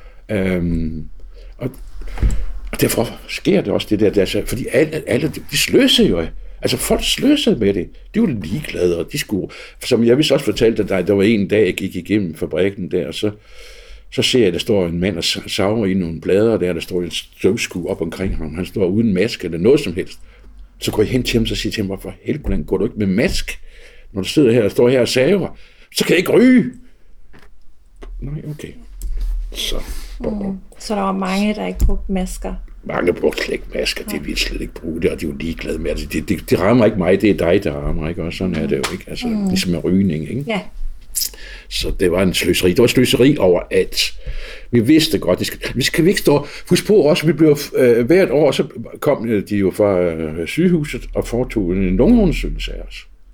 Og derfor sker det også det der, fordi alle de sløsede jo. Altså folk sløsede med det. De var ligeglade, og de skulle... Som jeg vist også fortalte dig, der var en dag, jeg gik igennem fabrikken der, og så ser jeg, at der står en mand og saver i nogle blader der står en støvskue op omkring ham. Han står uden maske eller noget som helst. Så går jeg hen til ham og siger til ham, hvorfor helvede går du ikke med mask, når du sidder her og står her og saver? Så kan jeg ikke ryge. Nej, okay. Så der var mange, der ikke brugte masker? Mange brugte slet ikke masker, det vil slet ikke bruge det, og de er jo ligeglade med det. Det rammer ikke mig, det er dig, der rammer, ikke? Og sådan er det jo, ikke? Altså, ligesom med rygning, ikke? Ja. Så det var en sløseri. Det var sløseri over alt. Vi vidste godt, vi skal ikke stå... Husk på også, vi blev hvert år, så kom de jo fra sygehuset og foretog en lungeundersøgelse af os.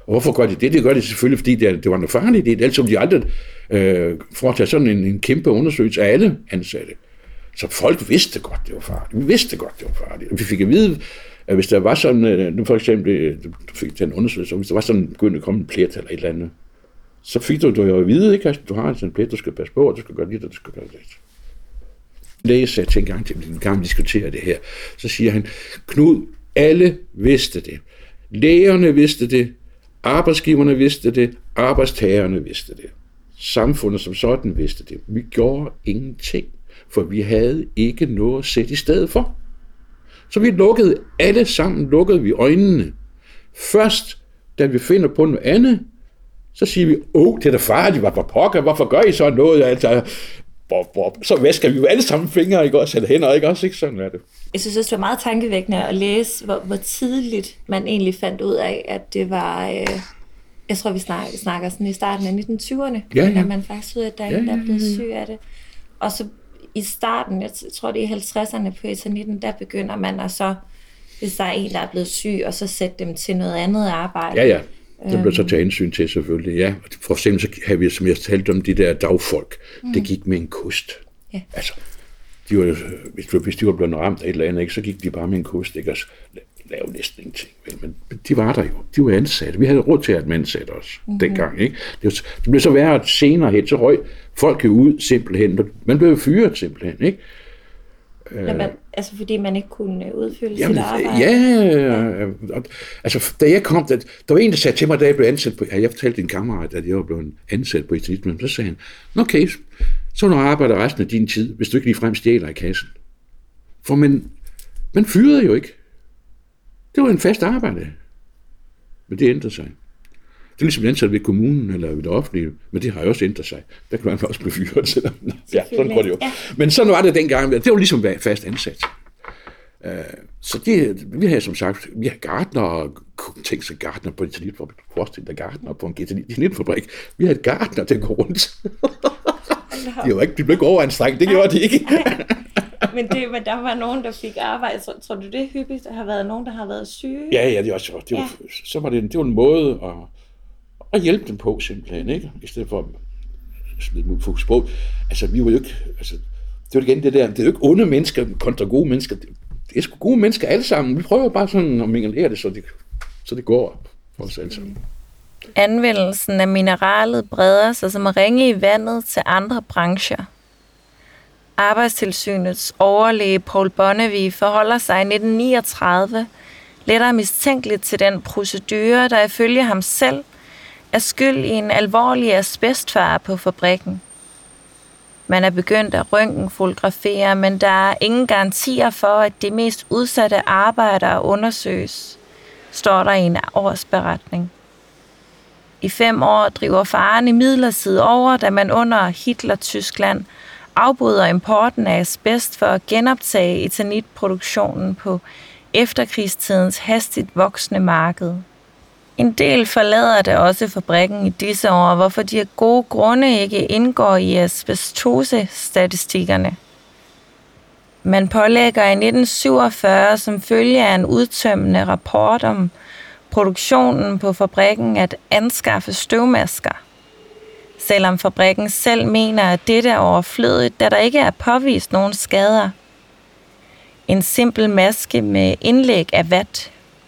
Og hvorfor gør de det? Det gør de selvfølgelig, fordi det var noget farligt. Ellers ville de aldrig foretage sådan en kæmpe undersøgelse af alle ansatte. Så folk vidste godt, det var farligt. Vi vidste godt, det var farligt. Og vi fik at vide, at hvis der var sådan, nu for eksempel, du fik til en undersøgelse, hvis der var sådan begyndte at komme en plet eller et eller andet, så fik du jo at vide, ikke? Du har sådan en plet, du skal passe på, og du skal gøre lidt, og du skal gøre lidt. Læge sagde til en gang vi diskuterer det her, så siger han, Knud, alle vidste det. Lægerne vidste det, arbejdsgiverne vidste det, arbejdstagerne vidste det. Samfundet som sådan vidste det. Vi gjorde ingenting, for vi havde ikke noget at sætte i stedet for. Så vi lukkede alle sammen, lukkede vi øjnene. Først, da vi finder på noget andet, så siger vi, det er da farligt, hvorfor gør I så noget? Altså, så vasker vi jo alle sammen fingre, ikke også? Eller hænder, ikke også? Ikke? Sådan er det. Jeg synes også, det var meget tankevækkende at læse, hvor tidligt man egentlig fandt ud af, at det var, jeg tror, vi snakker sådan i starten af 1920'erne, at man faktisk ved, at der er en, der er blevet syg af det. Og så i starten, jeg tror det er i 50'erne på eternitten, der begynder man at så, hvis der er en, der er blevet syg, og så sætte dem til noget andet arbejde. Ja. Det blev så taget hensyn til selvfølgelig, ja. For eksempel så havde vi, som jeg talte om, de der dagfolk, det gik med en kost. Ja. Altså, de var, hvis de var blevet ramt af et eller andet, ikke, så gik de bare med en kost, ikke, og lavede næsten ingenting. Men de var der jo, de var ansatte. Vi havde råd til at ansætte os dengang, ikke. Det blev så værre senere hen, så røg folk jo ud simpelthen. Man blev fyret simpelthen, ikke. Altså fordi man ikke kunne udfylde sit arbejde? Ja. Altså da jeg kom, der var en, der sagde til mig, da jeg blev ansat på, jeg fortalte en kammerat, at jeg var blevet ansat på et men så sagde han, okay, så du arbejder resten af din tid, hvis du ikke ligefrem stjæler i kassen. For man fyrede jo ikke. Det var en fast arbejde. Men det ændrede sig. Det er ligesom ansat ved kommunen eller ved det offentlige, men det har jo også ændret sig. Der kan man også blive fyret, selvom sådan går det jo. Ja. Men sådan var det dengang. Det var ligesom fast ansat. Så vi har som sagt, vi har gartner, tænk sig gartner på en eternitfabrik. Forestil dig gartner på en eternitfabrik. Vi har et gartner til at gå rundt. De blev ikke overanstrengt, det gjorde de ikke. Men der var nogen, der fik arbejde. Tror du, det er hyppigt? Der har været nogen, der har været syge? Ja, det var også. Så var det var en måde at hjælpe dem på, simpelthen, ikke? I stedet for at smide fokus på. Altså, vi var jo ikke... Altså, det var igen det der, det er jo ikke onde mennesker kontra gode mennesker. Det er sgu gode mennesker alle sammen. Vi prøver bare sådan at mingelere det, så det går for os alle sammen. Anvendelsen af mineralet breder sig som at ringe i vandet til andre brancher. Arbejdstilsynets overlæge Paul Bonnevie forholder sig i 1939 lettere mistænkeligt til den procedure, der ifølge ham selv er skyld i en alvorlig asbestfare på fabrikken. Man er begyndt at røntgenfotografere, men der er ingen garantier for, at de mest udsatte arbejdere undersøges, står der i en årsberetning. I 5 år driver faren imidlertid over, da man under Hitler-Tyskland afbryder importen af asbest for at genoptage eternitproduktionen på efterkrigstidens hastigt voksende marked. En del forlader det også fabrikken i disse år, hvorfor de af gode grunde ikke indgår i asbestose-statistikkerne. Man pålægger i 1947 som følge af en udtømmende rapport om produktionen på fabrikken at anskaffe støvmasker. Selvom fabrikken selv mener, at dette er overflødigt, da der ikke er påvist nogen skader. En simpel maske med indlæg af vat.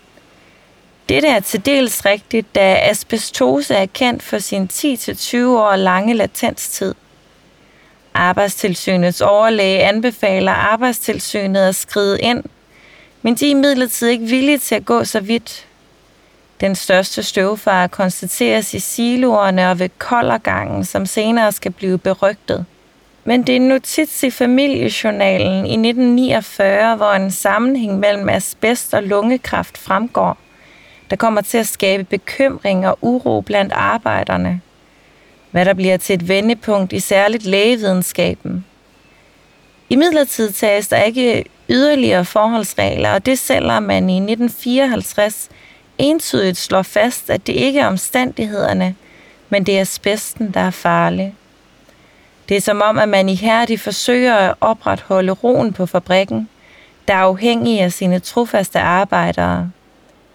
Dette er til dels rigtigt, da asbestose er kendt for sin 10-20 år lange latenstid. Arbejdstilsynets overlæge anbefaler Arbejdstilsynet at skride ind, men de er imidlertid ikke villige til at gå så vidt. Den største støvfare konstateres i siloerne og ved koldergangen, som senere skal blive berygtet. Men det er en notits i familiejournalen i 1949, hvor en sammenhæng mellem asbest og lungekræft fremgår, der kommer til at skabe bekymring og uro blandt arbejderne. Hvad der bliver til et vendepunkt i særligt lægevidenskaben. Imidlertid tages der ikke yderligere forholdsregler, og det selvom man i 1954 entydigt slår fast, at det ikke er omstændighederne, men det er asbesten, der er farlig. Det er som om, at man ihærdigt forsøger at opretholde roen på fabrikken, der er afhængig af sine trofaste arbejdere.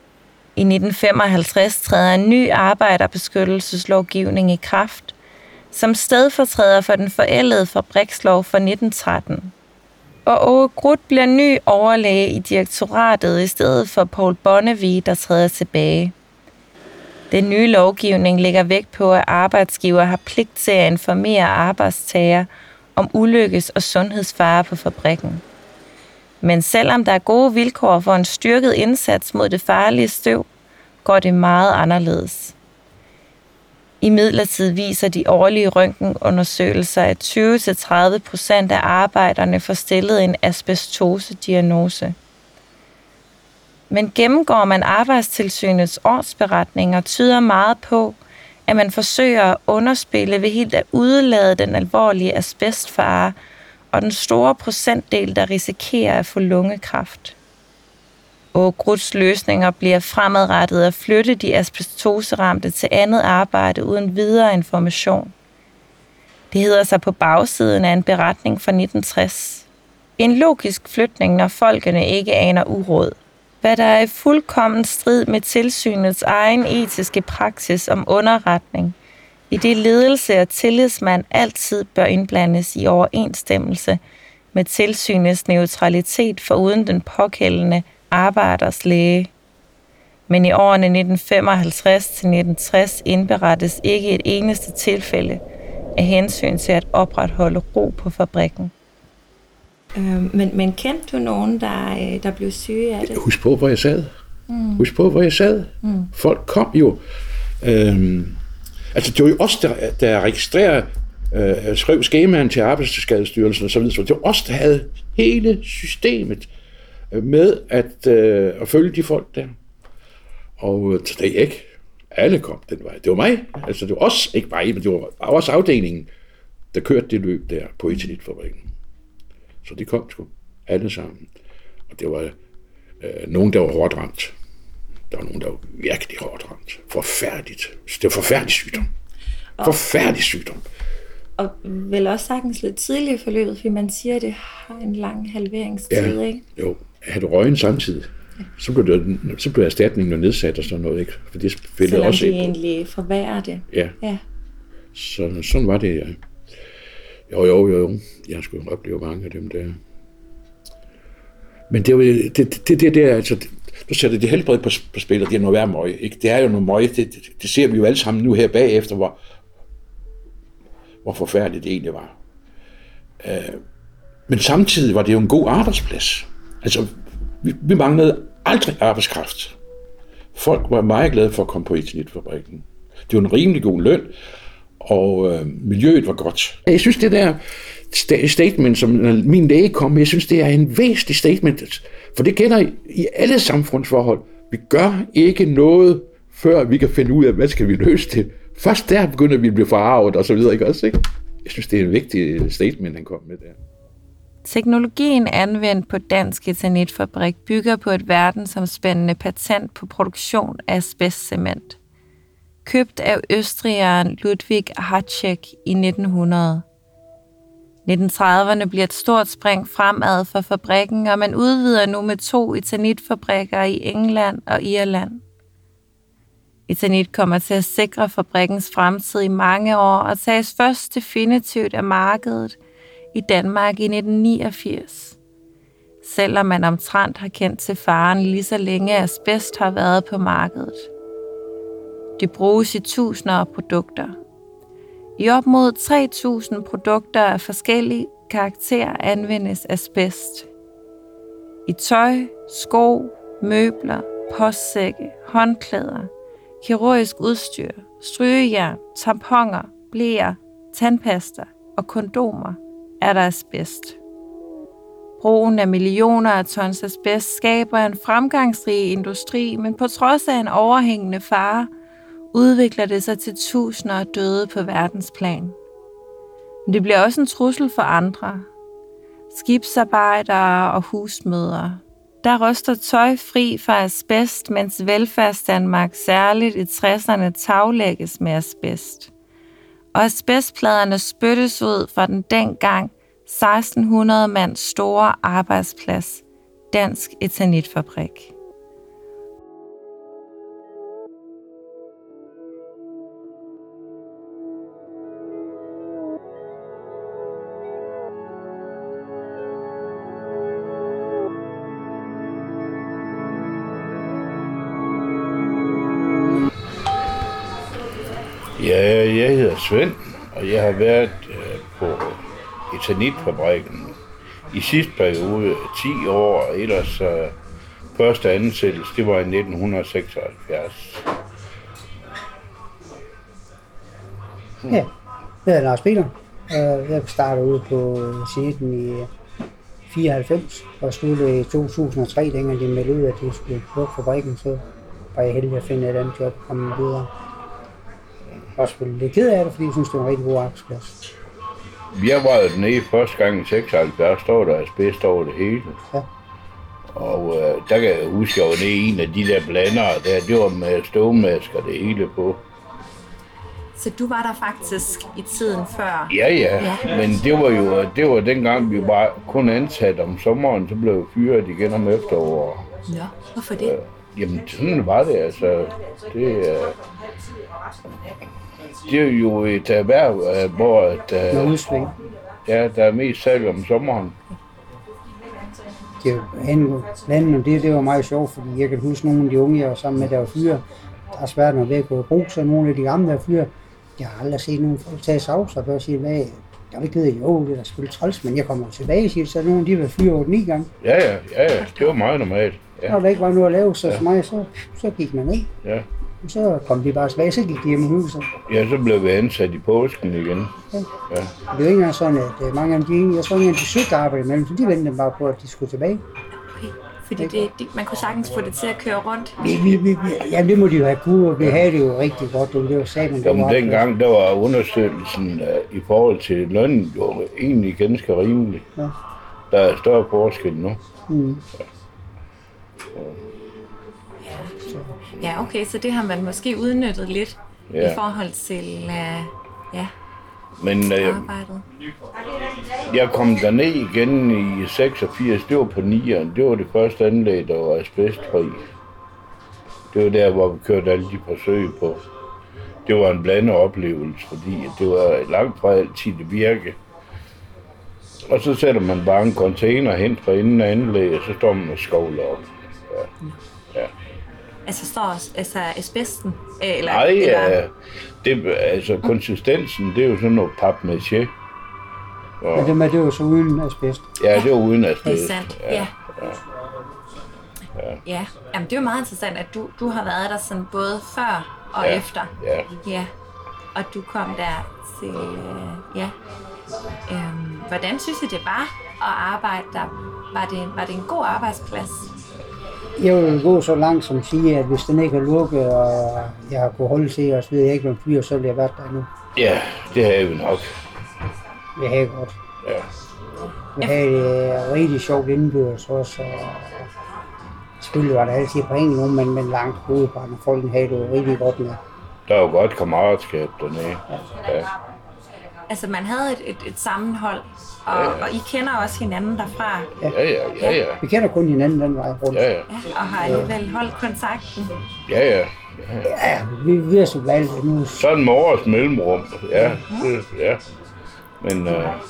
I 1955 træder en ny arbejderbeskyttelseslovgivning i kraft, som stedfortræder for den forældede fabrikslov fra 1913. Og Åge Gruth bliver ny overlæge i direktoratet i stedet for Poul Bonnevie, der træder tilbage. Den nye lovgivning lægger vægt på, at arbejdsgiver har pligt til at informere arbejdstager om ulykkes- og sundhedsfare på fabrikken. Men selvom der er gode vilkår for en styrket indsats mod det farlige støv, går det meget anderledes. Imidlertid viser de årlige røntgenundersøgelser, at 20-30% af arbejderne får stillet en asbestose-diagnose. Men gennemgår man Arbejdstilsynets årsberetninger, tyder meget på, at man forsøger at underspille ved helt at udelade den alvorlige asbestfare og den store procentdel, der risikerer at få lungekræft. Åge Gruths løsninger bliver fremadrettet at flytte de asbestoseramte til andet arbejde uden videre information. Det hedder sig på bagsiden af en beretning fra 1960. En logisk flytning, når folkene ikke aner uråd. Hvad der er i fuldkommen strid med tilsynets egen etiske praksis om underretning, i det ledelse og tillidsmand altid bør indblandes i overensstemmelse med tilsynets neutralitet foruden den pågældende arbejders læge. Men i årene 1955-1960 indberettes ikke et eneste tilfælde af hensyn til at opretholde ro på fabrikken. Men kendte du nogen, der blev syge af det? Husk på, hvor jeg sad. Folk kom jo. Altså, det var jo os, der registrerede, skrev skemaen til Arbejdsskadestyrelsen og så videre. Så det var os, der havde hele systemet med at følge de folk der. Og det er ikke. Alle kom den vej. Det var mig. Altså, det var os, ikke mig, men det var også afdelingen, der kørte det løb der på Eternitfabrikken. Så de kom sgu alle sammen. Og det var nogen, der var hårdt ramt. Der var nogen, der var virkelig hårdt ramt. Forfærdeligt. Det var forfærdelig sygdom. Forfærdelig sygdom. Og vel også sagtens lidt tidligere forløbet, fordi man siger, at det har en lang halveringstid, ja, ikke? Jo. Havde du røgen samtidig, så blev erstatningen jo nedsat og sådan noget, ikke? For det spillede også selvom det egentlig forværrer det. Ja. Så, sådan var det, ja. Jo. Jeg skulle opleve mange af dem der. Men det er jo det der, altså, du sætter det helbred på spil, og det er noget værd møg, ikke? Det er jo noget møg, det ser vi jo alle sammen nu her bagefter, hvor forfærdeligt det egentlig var. Men samtidig var det jo en god arbejdsplads. Altså, vi manglede aldrig arbejdskraft. Folk var meget glade for at komme på Eternitfabrikken. Det var en rimelig god løn, og miljøet var godt. Jeg synes, det der statement, som min læge kom med, jeg synes, det er en væsentlig statement, for det gælder i alle samfundsforhold. Vi gør ikke noget, før vi kan finde ud af, hvad skal vi løse det. Først der begynder vi at blive forarvet, og så videre, ikke også, ikke? Jeg synes, det er en vigtig statement, han kom med der. Teknologien anvendt på Dansk Eternitfabrik bygger på et verdensomspændende patent på produktion af asbestcement, købt af østrigeren Ludwig Hacek i 1900. 1930'erne bliver et stort spring fremad for fabrikken, og man udvider nu med 2 eternitfabrikker i England og Irland. Eternit kommer til at sikre fabrikkens fremtid i mange år og tages først definitivt af markedet i Danmark i 1989. Selvom man omtrent har kendt til faren lige så længe asbest har været på markedet. Det bruges i tusinder af produkter. I op mod 3.000 produkter af forskellige karakterer anvendes asbest. I tøj, sko, møbler, postsække, håndklæder, kirurgisk udstyr, strygejern, tamponer, bleer, tandpasta og kondomer er der asbest. Brugen af millioner af tons asbest skaber en fremgangsrig industri, men på trods af en overhængende fare, udvikler det sig til tusinder af døde på verdensplan. Men det bliver også en trussel for andre. Skibsarbejdere og husmødre. Der ryster tøj fri fra asbest, mens velfærdsdanmark særligt i 60'erne taglægges med asbest. Og asbestpladerne spyttes ud fra den dengang 1600 mands store arbejdsplads, Dansk Eternitfabrik. Ja, jeg hedder Svend, og jeg har været på Eternitfabrikken i sidste periode 10 år, og ellers første ansættelse, det var i 1976. Ja, jeg hedder Lars Peter. Jeg startede ude på Zenitten i 94 og sluttede i 2003, dengang de meldte ud, at de skulle lukke fabrikken, så var jeg heldig at finde et andet job og komme videre. Også lidt ked af det, fordi jeg synes, det var en rigtig god arbejdsplads. Jeg var jo dernede første gang i 76, der var der asbest over det hele. Ja. Og der kan jeg huske, at jeg var nede i en af de der blandere der, det var med støvmasker det hele på. Så du var der faktisk i tiden før? Ja, men det var dengang, vi var kun ansat om sommeren, så blev vi fyret igen om efteråret. Nå, hvorfor det? Jamen, sådan var det altså. Det er jo et erhverv, hvor der er mest salg om sommeren. Det var meget sjovt, fordi jeg kan huske nogle af de unge, jeg var sammen med, der var fyre. Der er svært at være på brug, så nogle af de gamle der fyre. Jeg har aldrig set nogen folk tage savser, og sige, hvad jeg vil ikke vide, jo, det er da selvfølgelig træls, men jeg kommer tilbage, siger så nogle de var 4-8-9 gange. Ja, det var meget normalt. Ja. Når der ikke var noget at lave, så for mig, så gik man ned. Ja. Og så kom de bare tilbage, så gik de hjem i huset. Ja, så blev vi ansat i påsken igen. Ja. Det er jo ikke engang sådan, at mange af dem, jeg tror ikke, at de søgte arbejde imellem, så de ventede bare på, at de skulle tilbage. Okay. Fordi man kunne sagtens få det til at køre rundt. Jamen det må de jo have kunnet, og vi havde det jo rigtig godt. Det var sagen, jamen dengang, der var undersøgelsen i forhold til lønnen jo egentlig ganske rimelig. Ja. Der er større forskel nu. Mm. Ja, okay, så det har man måske udnyttet lidt i forhold til men arbejdet. Jeg kom derned igen i 86, det var på 9'eren, det var det første anlæg, der var asbestfri. Det var der, hvor vi kørte alle de forsøg på. Det var en blandet oplevelse, fordi det var langt fra altid det virke. Og så sætter man bare en container hen fra inden af anlæg, og så står man og skovler op. Ja. Altså står asbesten? Konsistensen, det er jo sådan noget papmaché. Men det var så uden asbest? Ja, det var uden asbest. Det er sandt, ja. Jamen, det er jo meget interessant, at du har været der sådan både før og efter. Ja. Og du kom der til, hvordan synes I det var at arbejde der? Var det en god arbejdsplads? Jeg vil gå så langt som at sige, at hvis den ikke er lukket, og jeg har kunnet holde til, og så ved jeg ikke, hvem fyr, så vil jeg være der nu. Ja, det har vi nok. Det har jeg godt. Ja. Jeg havde det rigtig sjovt indbyrdes også, og selvfølgelig var der altid på en men langt hovedparten af folkene havde det rigtig godt med. Der er jo godt kammeratskab dernede. Ja. Altså man havde et sammenhold, og I kender også hinanden derfra. Ja. Vi kender kun hinanden den vej rundt. Ja. Og har alligevel holdt kontakten. Ja. Vi er så valgt nu. Sådan med års mellemrum, ja. Men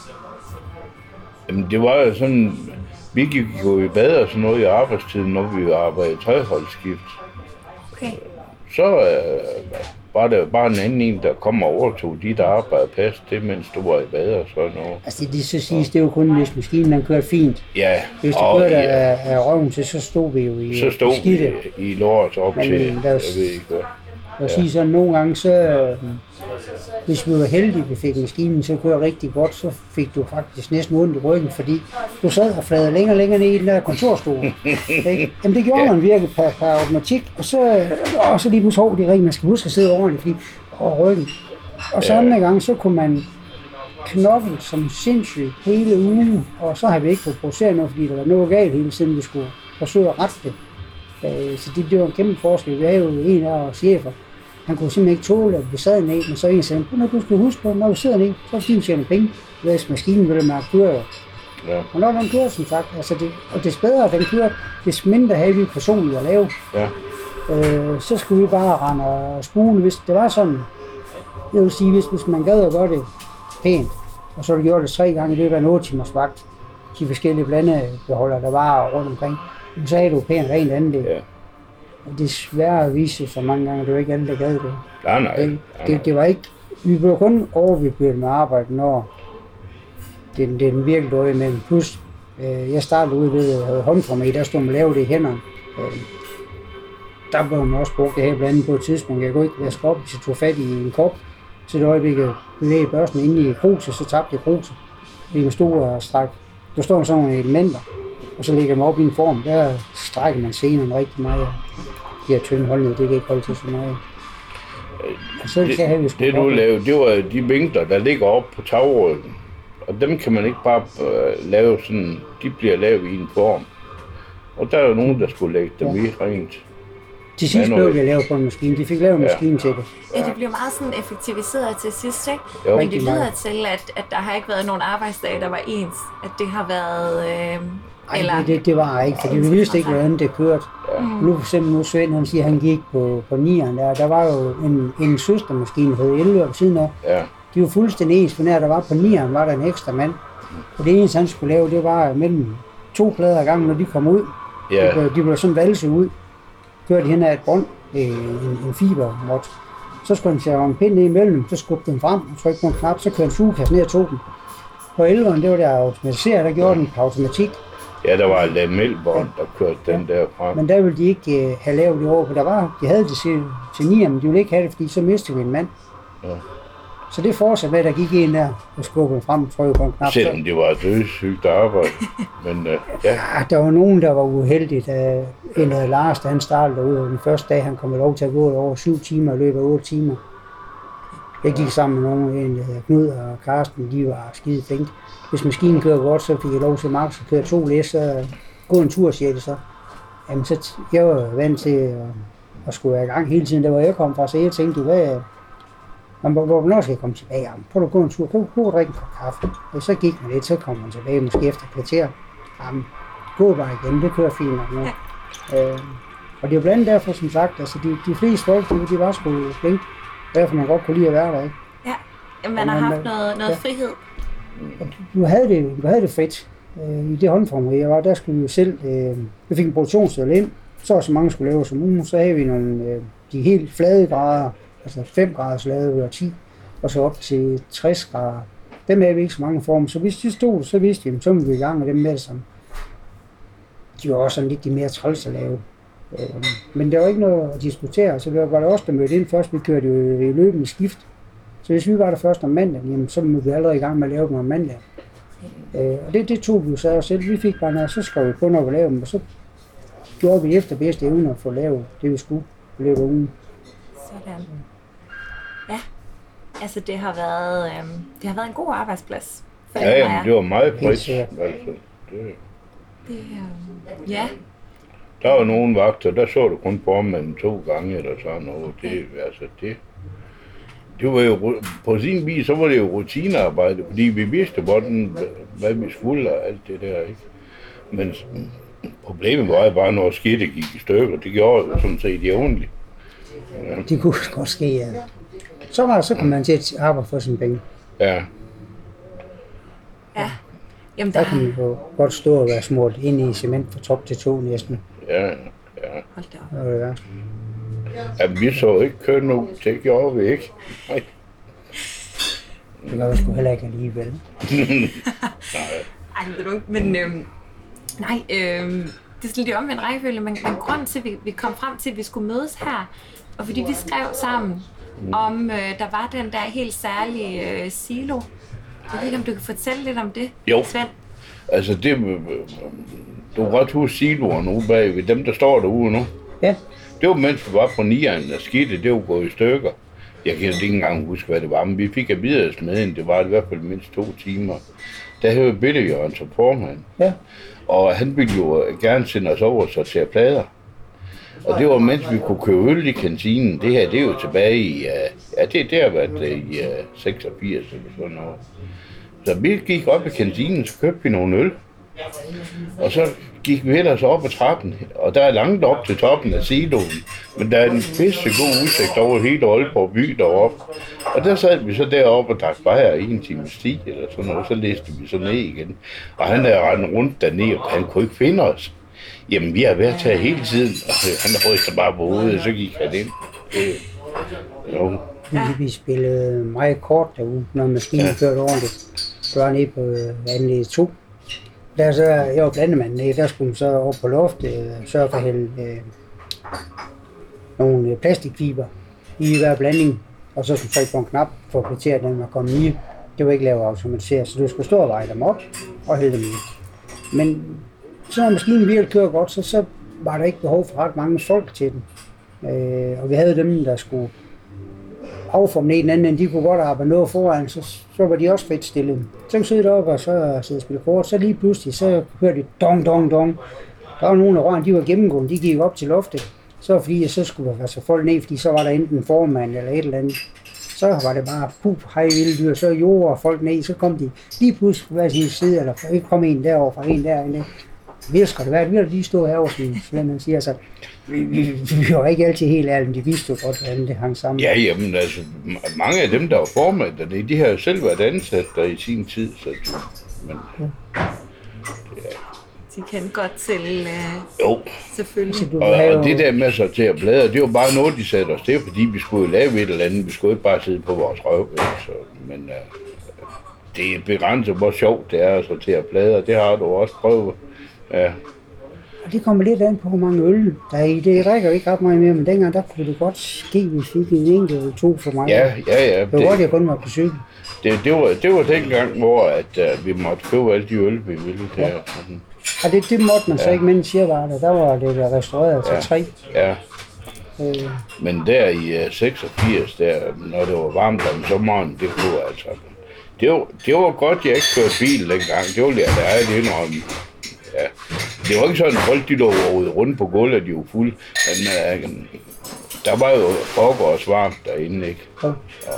det var jo sådan, vi gik jo i bad og sådan noget i arbejdstiden, når vi arbejdede i treholdsskift. Okay. Så var der bare en anden en, der kom og overtog de, der arbejdede pas det, mens du var i bad og sådan noget. Altså det så siges, det er jo kun, hvis maskinen den kørte fint. Ja. Hvis det kørte af røven til, så stod vi jo i skidte. Så stod vi i lort op til, jeg ved ikke hvad. Og sige sådan, nogle gange så, hvis vi var heldige, vi fik maskinen til at køre rigtig godt, så fik du faktisk næsten ondt i ryggen, fordi du sad og fladede længere længere ned i den der kontorstol. Jamen det gjorde man virkelig per automatik, og så lige pludselig det rigtigt, man skal huske at sidde ordentligt, fordi over ryggen. Og så anden gang, så kunne man knokle som sindssygt hele ugen, og så har vi ikke fået produceret noget, fordi der var noget galt hele tiden, vi skulle forsøge at rette det. Så det var en kæmpe forskel. Vi er jo en af vores chefer. Han kunne simpelthen ikke tåle, at vi sad ned, men så en sagde, når du skal huske på, når du sidder ned, så er det fint tjene penge. Hvis maskinen vil man køre jo. Ja. Og når den kører, som sagt, og des bedre den kører, des mindre havde vi personligt at lave. Ja. Så skulle vi bare rende og spule, hvis det var sådan. Jeg vil sige, hvis man gad at gøre det pænt, og så har du gjort det 3 gange i løbet af en 8 timers vagt, de forskellige blandebeholder, der var rundt omkring, så havde du pænt rent anlæg. Ja. desværre viste så mange gange, at det var ikke alle, der gad det. Nej. Det var ikke, vi blev kun overbebyrdet med arbejde, når den virkelig dårlige med. Plus, jeg startede ude ved håndformat, der stod man lave det i hænderne. Der blev man også brugt det her blandt andet på et tidspunkt. Jeg kunne ikke vaske op, hvis jeg tog fat i en kop. Til det øjeblik, jeg bevægede børsten inde i kruset, så tabte jeg kruset. Det var stor og stræk. Der står sådan nogle elementer, og så lægger man op i en form. Der strækker man senere rigtig meget. De her tynde holdninger, det kan ikke holde til så meget. Så det du lavede, det var de vinkler, der ligger op på tagryggen. Og dem kan man ikke bare lave sådan, de bliver lavet i en form. Og der er jo nogen, der skulle lægge dem i rent. Til sidst blev det lavet på en maskine. De fik lavet en maskine til det. Ja, det blev meget sådan effektiviseret til sidst, ikke? Jo. Men det lyder til, at der har ikke været nogen arbejdsdage, der var ens. At det har været... Det var ikke, fordi vi vidste ikke, hvordan det kørte. Ja. Nu for eksempel, nu Svend, han siger, at han gik på 9'eren der. Der var jo en søstermaskine, der hed 11 ved siden af. Ja. De var fuldstændig ens, for når der var på 9'eren, var der en ekstra mand. Og det eneste, han skulle lave, det var mellem 2 plader ad gangen, når de kom ud. Ja. De blev sådan valse ud. Kørte hen af et bånd, en fibermåt. Så skulle han sætte en pind ned imellem, så skubbe den frem og trykke på en knap, så kørte en sugekasse ned og tog den. På 11'eren, det var der automatiseret, der gjorde den på automatik. Ja, der var et lamelbånd, der kørte den der frem. Men der ville de ikke have lavet det over, for de havde det til 9'eren, men de ville ikke have det, fordi så mistede vi en mand. Ja. Så det fortsatte med, at der gik en der og skubbede frem og trykkede på en knap. Selvom det var et dødssygt arbejde. Men ja. Der var nogen, der var uheldige, da en af Lars, da han startede derude, og den første dag, han kom lov til at gå over 7 timer i løbet af 8 timer. Jeg gik sammen med nogen, en der hedder Knud og Karsten, de var skide flinke. Hvis maskinen kører godt, så fik jeg lov til max at køre 2 læs, så gå en tur, siger det så. Jamen, så jeg var vant til at skulle være i gang hele tiden, der hvor jeg kom fra, så jeg tænkte, hvornår skal jeg komme tilbage? Jamen, prøv at gå en tur, kan du drikke en kop kaffe? Og så gik man lidt, så kom man tilbage, måske efter et kvarter. Jamen, gå bare igen, det kører fint nok nu. Og det er jo blandt andet derfor, som sagt, altså de fleste folk, de var sgu flinke. Derfor man godt kunne lide at være der, ikke? Ja, man har haft noget frihed. Du havde det frit. I det håndformat, jeg var, der skulle vi jo selv, vi fik en produktionssted ind, så mange skulle lave som uge, så havde vi nogle, de helt flade grader, altså 5 graders lade og 10, og så op til 60 grader. Dem havde vi ikke så mange former, så hvis de stod, så vidste vi, så var vi i gang med dem med det samme. De var også sådan lidt mere træls at lave. Men der var ikke noget at diskutere, så var det også, der mødte ind først, vi kørte jo i løbende skift. Så hvis vi var der først om mandagen, jamen, så mødte vi allerede i gang med at lave dem om mandag. Og det tog vi jo så selv. Vi fik bare noget, så skrev vi kun op at lave dem, og så gjorde vi efter bedste evne at få lavet det, vi skulle i løbet af ugen. Sådan. Ja, altså det har været en god arbejdsplads. Ja, jamen, det var meget bredt. Ja. Der var nogle vagter, der så du kun formanden 2 gange eller sådan noget. Det var jo på sin vis, så var det jo rutinearbejde, fordi vi vidste, hvad vi skulle og alt det der, ikke? Men problemet var jo bare, når skidtet gik i stykker. Det gjorde jo sådan set jævnligt. Ja. Det kunne godt ske, ja. Så kom man til at arbejde for sine penge. Ja. Ja. Jamen, der kunne man godt stå og være smurt ind i cement fra top til to næsten. Ja. Hold da op. Ja, vi så ikke køn ud, det gjorde vi ikke. Nej. Det gør vi sgu heller ikke alligevel. Ej, ved du ikke, men det er sådan lidt omvendt rækkefølge, men grunden til, at vi kom frem til, at vi skulle mødes her, og fordi vi skrev sammen om, der var den der helt særlige silo. Jeg ved ikke, om du kan fortælle lidt om det, jo. Svend? Altså, du kan godt huske siloer nu bagved, dem der står derude nu. Ja. Det var mens vi var på 9'eren, der skete, det var gået i stykker. Jeg kan ikke engang huske, hvad det var, men vi fik at vide smeden, det var i hvert fald mindst 2 timer. Der havde Bitte Jørgen som formand. Ja. Og han ville jo gerne sende os over og sortere plader. Og det var mens vi kunne købe øl i kantinen. Det her, det er jo tilbage i, det har været i 86 eller sådan noget. Så vi gik op i kantinen, så købte vi nogle øl. Og så gik vi ellers op ad trappen, og der er langt op til toppen af siloen, men der er en pissegod udsigt over hele Aalborg by deroppe. Og der sad vi så deroppe og drak bajer i 1 times tid eller sådan noget, så læste vi så ned igen. Og han havde rendt rundt dernede, og han kunne ikke finde os. Jamen, vi har været her hele tiden, og han ryster bare på hovedet, og så gik han ind. Jo. Vi spillede meget kort derude, når maskinen kørte ordentligt. Så var nede på anlæg 2. Der så, jeg var blandemand nede, der skulle man så over på loftet sørge for at hælde nogle plastikfiber i hver blanding, og så skulle man trykke på en knap for at kvittere, at den var kommet i. Det var ikke lavet automatiseret, så du skulle stå og veje dem op og hælde dem i. Men så når maskinen virkelig kører godt, så var der ikke behov for ret mange folk til den. Og vi havde dem, der skulle afforme den anden, de kunne godt arbejde noget foran, så var de også frit stillet. Så kunne sidde deroppe og så sidde og spille kort, så lige pludselig, så hørte de dong, dong, dong. Der var nogle af rørene, de var gennemgående, de gik op til loftet. Så fordi så skulle der være så folk ned, fordi så var der enten en formand eller et eller andet. Så var det bare hej vilde dyr, så jord og folk ned, så kom de lige pludselig på hver sin side, eller ikke kom en derovre fra en derinde. Hvor skal det være, vi har lige stået herovre, som man siger, så vi var ikke altid helt ærlige, de vidste jo godt, hvordan det hang sammen. Ja, jamen altså, mange af dem, der var formand, de har jo selv været ansat der i sin tid, så men, De kan godt til, jo. Selvfølgelig. Og det der med at sortere blader, det var bare noget, de satte os til, fordi vi skulle lave et eller andet, vi skulle ikke bare sidde på vores røv. Så, men det er begrænset, hvor sjovt det er at sortere blader, det har du også prøvet. Ja. Og det kommer lidt an på, hvor mange øl der er i. Det rækker jo ikke ret meget mere, men dengang der kunne det godt ske, hvis vi fik en enkelt eller to for mig. Ja. Det var godt, jeg kun var på cykel. Det var dengang, hvor at, vi måtte købe alle de øl, vi ville der. Ja. Og det måtte man så ikke, mens siger var der. Der var det restaureret til 3. Ja. Men der i 86, der, når det var varmt om sommeren, det kunne altså... Det var godt, jeg ikke kørte bil dengang. Det var lidt ærligt indrømme. Ja. Det var ikke sådan, at folk de lå rundt på gulvet, de var fulde. Men der var jo pokker og varmt derinde, ikke? Ja.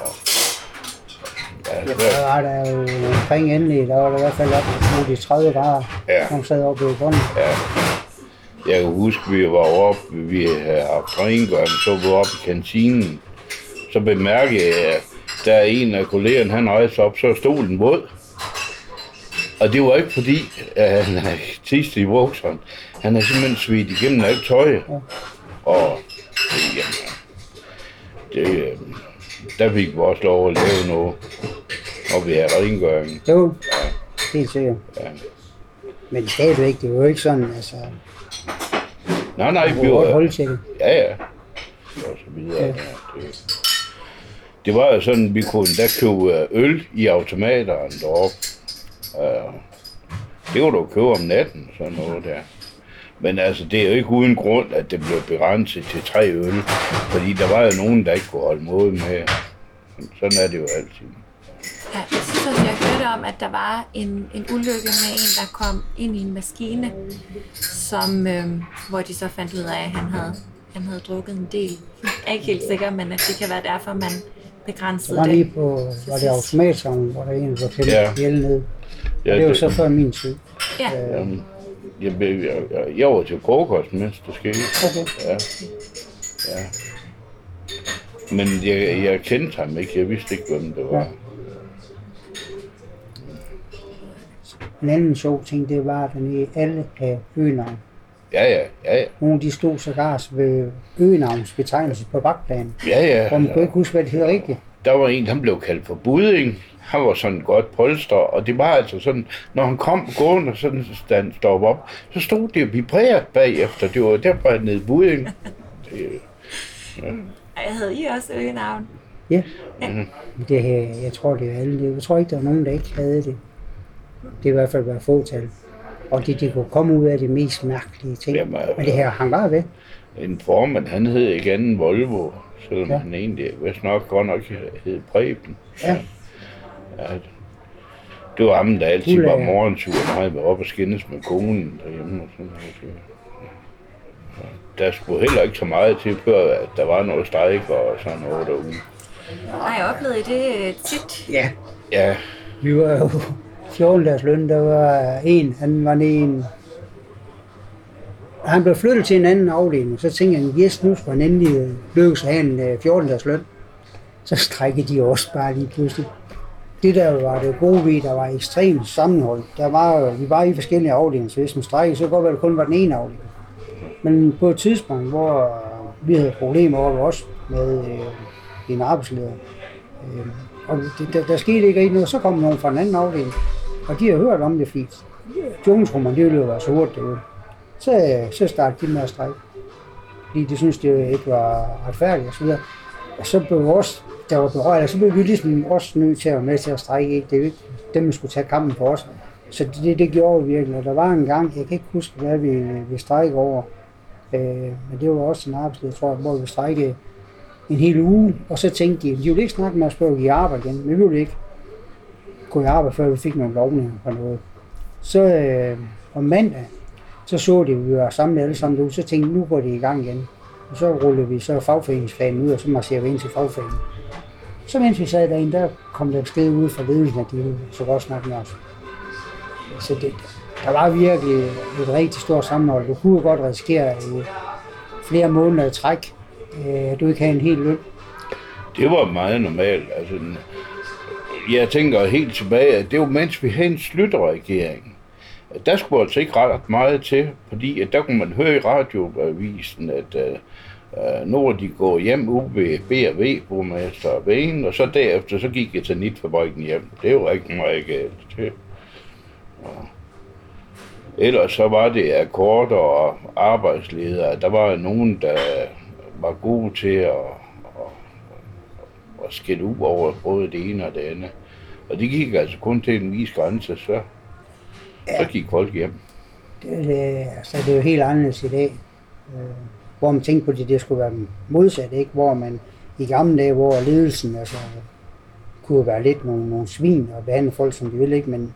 Der var der jo omkring endelig, der var der i hvert fald op mod de 30 grader, som sad oppe i bunden. Ja. Jeg kan huske, vi var oppe, vi havde haft rengøring, så var vi oppe i kantinen. Så bemærkede jeg, at der er en af kollegerne, han rejste op, så stod den våd. Og det var ikke fordi, at han havde tist i bukserne. Han havde simpelthen svedt igennem alt tøjet. Ja. Og der fik vi også lov at lave noget. Og vi havde rengøring. Jo, helt sikkert. Ja. Men stadigvæk, det var jo ikke sådan, altså... Nej, vi var... Holde til det. Ja. Og så videre. Ja. Det var jo sådan, vi kunne da købe øl i automaterne deroppe. Det kunne du købe om natten, sådan noget der. Men altså, det er jo ikke uden grund, at det blev begrænset til 3 øl. Fordi der var jo nogen, der ikke kunne holde måde med. Sådan er det jo altid. Ja, jeg synes også, jeg hørte om, at der var en ulykke med en, der kom ind i en maskine, som, hvor de så fandt ud af, at han havde drukket en del. Jeg er ikke helt sikker, men at det kan være derfor, man begrænsede det. Det var lige på, var det automatsavn, hvor der en var til ihjel ned. Ja, det var så før min tid. Ja. Jeg var til frokost, mens det skete. Okay. Ja. Men jeg kendte ham ikke, jeg vidste ikke, hvem det var. Ja. En anden sjov ting, det var, at alle havde øgenavn. Ja. Nogle de stod sågar ved øgenavns betegnelse på bakplanen. Ja. Og man kunne ikke huske, hvad det hedder rigtigt. Der var en, han blev kaldt for Budding. Han var sådan godt polster, og det var altså sådan, når han kom gående og sådan stoppede op, så stod det og vibreret bagefter. Det var derfor, han hed Budding. Jeg havde I også øgenavn. Ja. Det her, jeg tror, det er alle. Jeg tror ikke, der var nogen, der ikke havde det. Det er i hvert fald været fåtal. Og det kunne komme ud af det mest mærkelige ting. Jamen, men det her hang bare ved. En formand, han hed ikke anden Volvo, selvom han egentlig vist nok godt nok hed Preben. Ja. Det var ham, der altid var morgensur, når han var oppe og skændes med konen derhjemme og sådan noget. Der skulle heller ikke så meget til, før at der var noget strejk og sådan noget derude. Har jeg oplevet det tit? Ja. Vi var jo 14 dages løn, der var han var en... Han blev flyttet til en anden afdeling, så tænkte jeg, yes, nu skulle han endelig lykkes at have en 14 dages løn. Så strækkede de også bare lige pludselig. det der var det gode ved, der var ekstremt sammenhold. Vi var i forskellige afdelinger, så hvis man strækkede, så kunne det godt være, at det kun var den ene afdeling. Men på et tidspunkt, hvor vi havde problemer over os med en arbejdsleder, og der skete ikke rigtig noget, så kom nogen fra en anden afdeling, og de har hørt om det, fordi jungletrummerne, det ville jo være så hurtigt derude. Så startede de med at strække, fordi de syntes, det ikke var retfærdigt og så videre. Og så blev os, der var berørt, så blev vi ligesom også nødt til at være med til at strække. Ikke? Det er jo ikke dem, der skulle tage kampen for os. Så det gjorde vi virkelig. Og der var en gang, jeg kan ikke huske, hvad vi strækkede over, men det var også en arbejdsleder, tror jeg, hvor vi strækkede en hel uge, og så tænkte de ville ikke snakke med os, før vi gik i arbejde igen, men vi ville ikke gå i arbejde, før vi fik nogle lovninger på noget. Så om mandag, så de, at vi var samlet alle sammen derude, så tænkte vi, nu går det i gang igen. Og så rullede vi så fagforeningsfanen ud, og så marcherede vi ind til fagforeningen. Så mens vi sad derinde, der kom der besked ud fra ledelsen, at de ville så godt snakke med os. Så der var virkelig et rigtig stort sammenhold. Du kunne godt risikere i flere måneder i træk, du ikke havde en hel løn. Det var meget normalt. Altså, jeg tænker helt tilbage, at det var mens vi havde en Schlüter-regering. Der skulle altså ikke ret meget til, fordi at der kunne man høre i radioavisen, at når de går hjem ude ved B&V, borgmester og Vægen, og så derefter så gik Eternitfabrikken hjem. Det var ikke meget galt til. Ellers så var det akkorder og arbejdsledere. Der var nogen, der var gode til at skælde ud over både det ene og det andet. Og de gik altså kun til en vis grænse, så gik folk hjem. Det er jo helt anderledes i dag, hvor man tænkte på, at det skulle være modsat, ikke? Hvor man i gamle dage, hvor ledelsen kunne være lidt nogle svin og behandle folk, som de ville, ikke? Men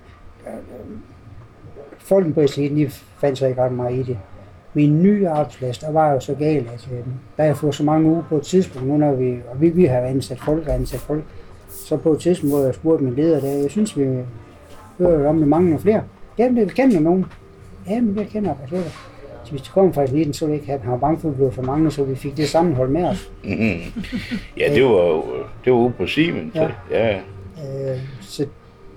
folken på SI'en, de fandt sig ikke ret meget i det. Min nye arbejdsplads, der var jo så galt, at der jeg fået så mange uger på et tidspunkt, nu når vi har ansat folk, så på et tidspunkt, hvor jeg spurgte min leder der, jeg synes, vi hører om, vi mangler flere. Jamen, vi kender nogen. Jamen, vi kender arbejdsledere. Så hvis de kom fra SI'en, så ville ikke have, han var bange for, at det blev for mange, så vi fik det sammenhold med os. Ja, det var ude på Siemens. Ja. Så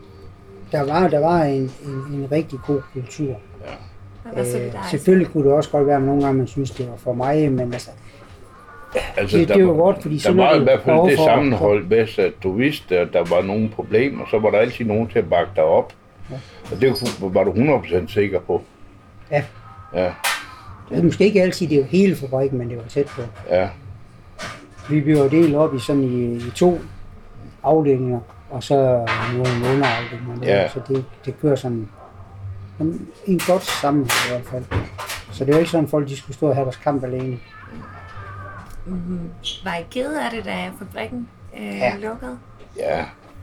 der var en rigtig god kultur. Ja. Selvfølgelig kunne det også godt være, at nogle gange man synes, det var for mig, men det er jo godt, fordi der var i hvert fald det sammenhold, hvis at du vidste, at der var nogle problemer, så var der altid nogen til at bakke dig op. Ja. Og det var du 100% sikker på. Ja. Det er måske ikke altid, det er jo hele fabrikken, men det var tæt på. Ja. Vi blev jo delt op i sådan i 2 afdelinger, og så nogle underafdelinger. Ja. Så det kører sådan en godt sammenhæng i hvert fald. Så det er jo ikke sådan, at folk de skulle stå og have deres kamp alene. Mm-hmm. Var I kede af det, da fabrikken lukkede? Ja.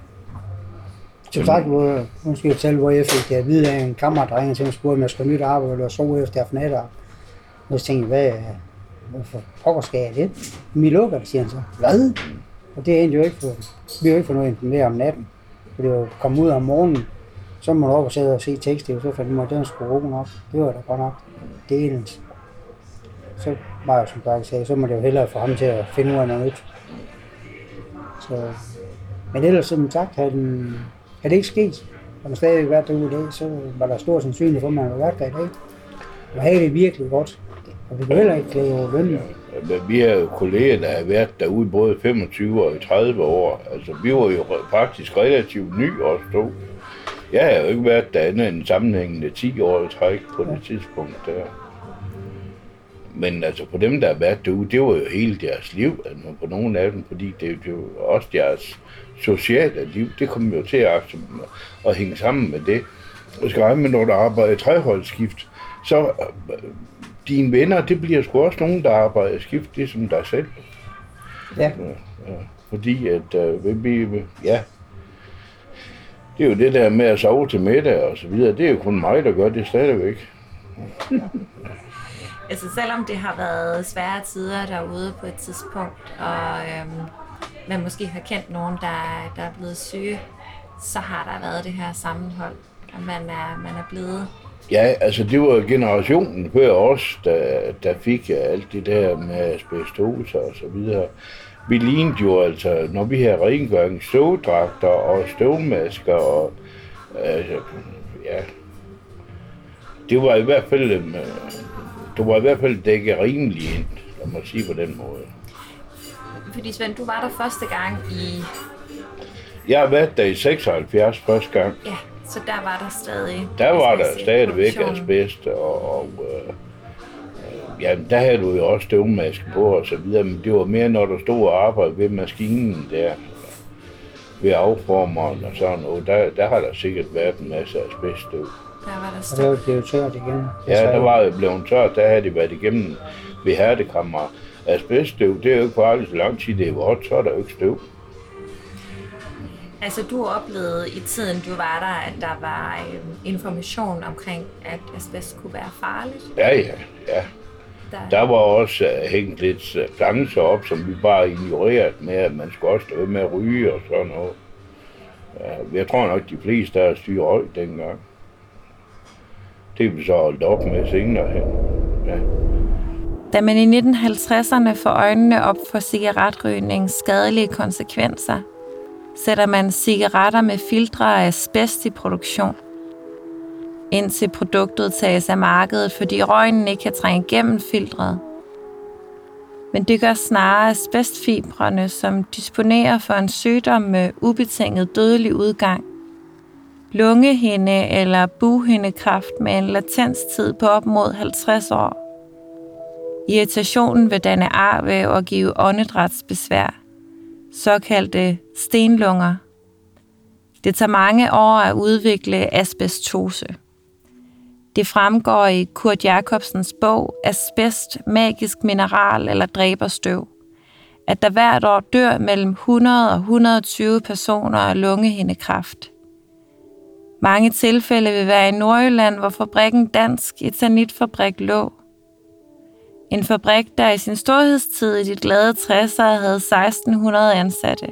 Som sagt, nu skal jeg fortælle, hvor jeg fik det at vide af en kammeradreng, som spurgte, om jeg skulle nyt arbejde, og sove efter at natter. Og så tænkte jeg, hvorfor pokker skal jeg det? Men vi lukker det, siger han så. Hvad? Og det er jo ikke for, vi har jo ikke fået noget informeret om natten. For det var kommet ud om morgenen, så må du op og sætte og se tekst, så fandt jeg, at den skulle råbe op. Det var da godt nok delens. Så var jeg som sagt sagde, så må det jo hellere få ham til at finde ud af noget nyt. Så, men ellers som sagt, havde det ikke sket, og man stadig været derude i dag, så var der stor sandsynlighed for, at man havde været der i dag. Og havde det virkelig godt. Og vi kunne heller ikke klage over lønnen. Vi har jo kolleger, der har været derude både 25 og 30 år. Altså, vi var jo faktisk relativt nye også to. Jeg har jo ikke været der andet end sammenhængende 10 år i træk på det tidspunkt der. Men altså på dem, der har været derude, det var jo hele deres liv, altså på nogle af dem, fordi det er jo også deres sociale liv, det kommer jo til at hænge sammen med det. Jeg skal regne med, når du arbejder i treholdsskift, så dine venner, det bliver sgu også nogen, der arbejder i skift, det er som dig selv. Ja. Fordi at, det er jo det der med at sove til middag og så videre, det er jo kun mig, der gør det stadigvæk. Altså selvom det har været svære tider derude på et tidspunkt, og man måske har kendt nogen, der er blevet syge, så har der været det her sammenhold, og man er blevet. Ja, altså det var generationen før os, der fik alt det der med asbestose og så videre. Vi lignede jo altså, når vi havde rengøring, støvdragter og støvmasker og ja. Det var i hvert fald dækket rimelig ind, lad mig sige på den måde. Fordi Svend, du var der første gang i... Jeg har været der i 76 første gang. Ja, så der var der stadig... Der var der stadigvæk asbest, og ja, der havde du jo også støvmaske på og så videre, men det var mere, når du stod og arbejdede ved maskinen der, ved afformeren og sådan noget. Der har der sikkert været en masse asbeststøv. Der var der Og stadig... det var blevet tørt igen. Ja, der var jo blevet tørt, der havde de været igennem ved hærdekammer. Asbeststøv, det er jo ikke farligt så lang tid, det er vådt, så er der jo ikke støv. Altså, du oplevede i tiden, du var der, at der var information omkring, at asbest kunne være farligt? Ja. Der var også hængt lidt plancher op, som vi bare ignorerede med, at man skulle også stå med at ryge og sådan noget. Jeg tror nok, de fleste der styrer røg dengang. Det kan vi så holde op med senere hen. Ja. Da man i 1950'erne får øjnene op for cigaretrygningens skadelige konsekvenser, sætter man cigaretter med filtre af asbest i produktion, indtil produktet tages af markedet, fordi røgen ikke kan trænge igennem filtret. Men det gør snarere asbestfibrene, som disponerer for en sygdom med ubetinget dødelig udgang, lungehinde eller bughindekræft med en latenstid på op mod 50 år. Irritationen vil danne arvæv og give åndedrætsbesvær, såkaldte stenlunger. Det tager mange år at udvikle asbestose. Det fremgår i Kurt Jacobsens bog Asbest, magisk mineral eller dræberstøv, at der hvert år dør mellem 100 og 120 personer af lungehindekræft. Mange tilfælde vil være i Nordjylland, hvor fabrikken Dansk Eternitfabrik lå. En fabrik, der i sin storhedstid i de glade 60'ere havde 1600 ansatte.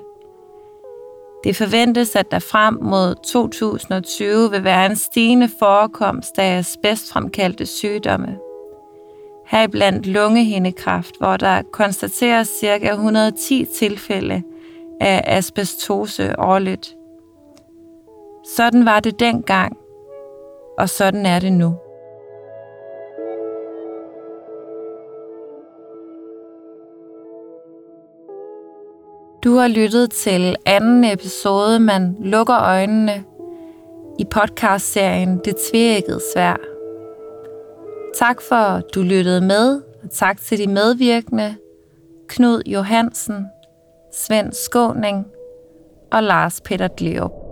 Det forventes, at der frem mod 2020 vil være en stigende forekomst af asbestfremkaldte sygdomme. Heriblandt lungehindekræft, hvor der konstateres ca. 110 tilfælde af asbestose årligt. Sådan var det dengang, og sådan er det nu. Du har lyttet til anden episode, Man lukker øjnene, i podcastserien Det tveæggede sværd. Tak for, at du lyttede med, og tak til de medvirkende, Knud Johansen, Svend Skåning og Lars Peter Dlerup.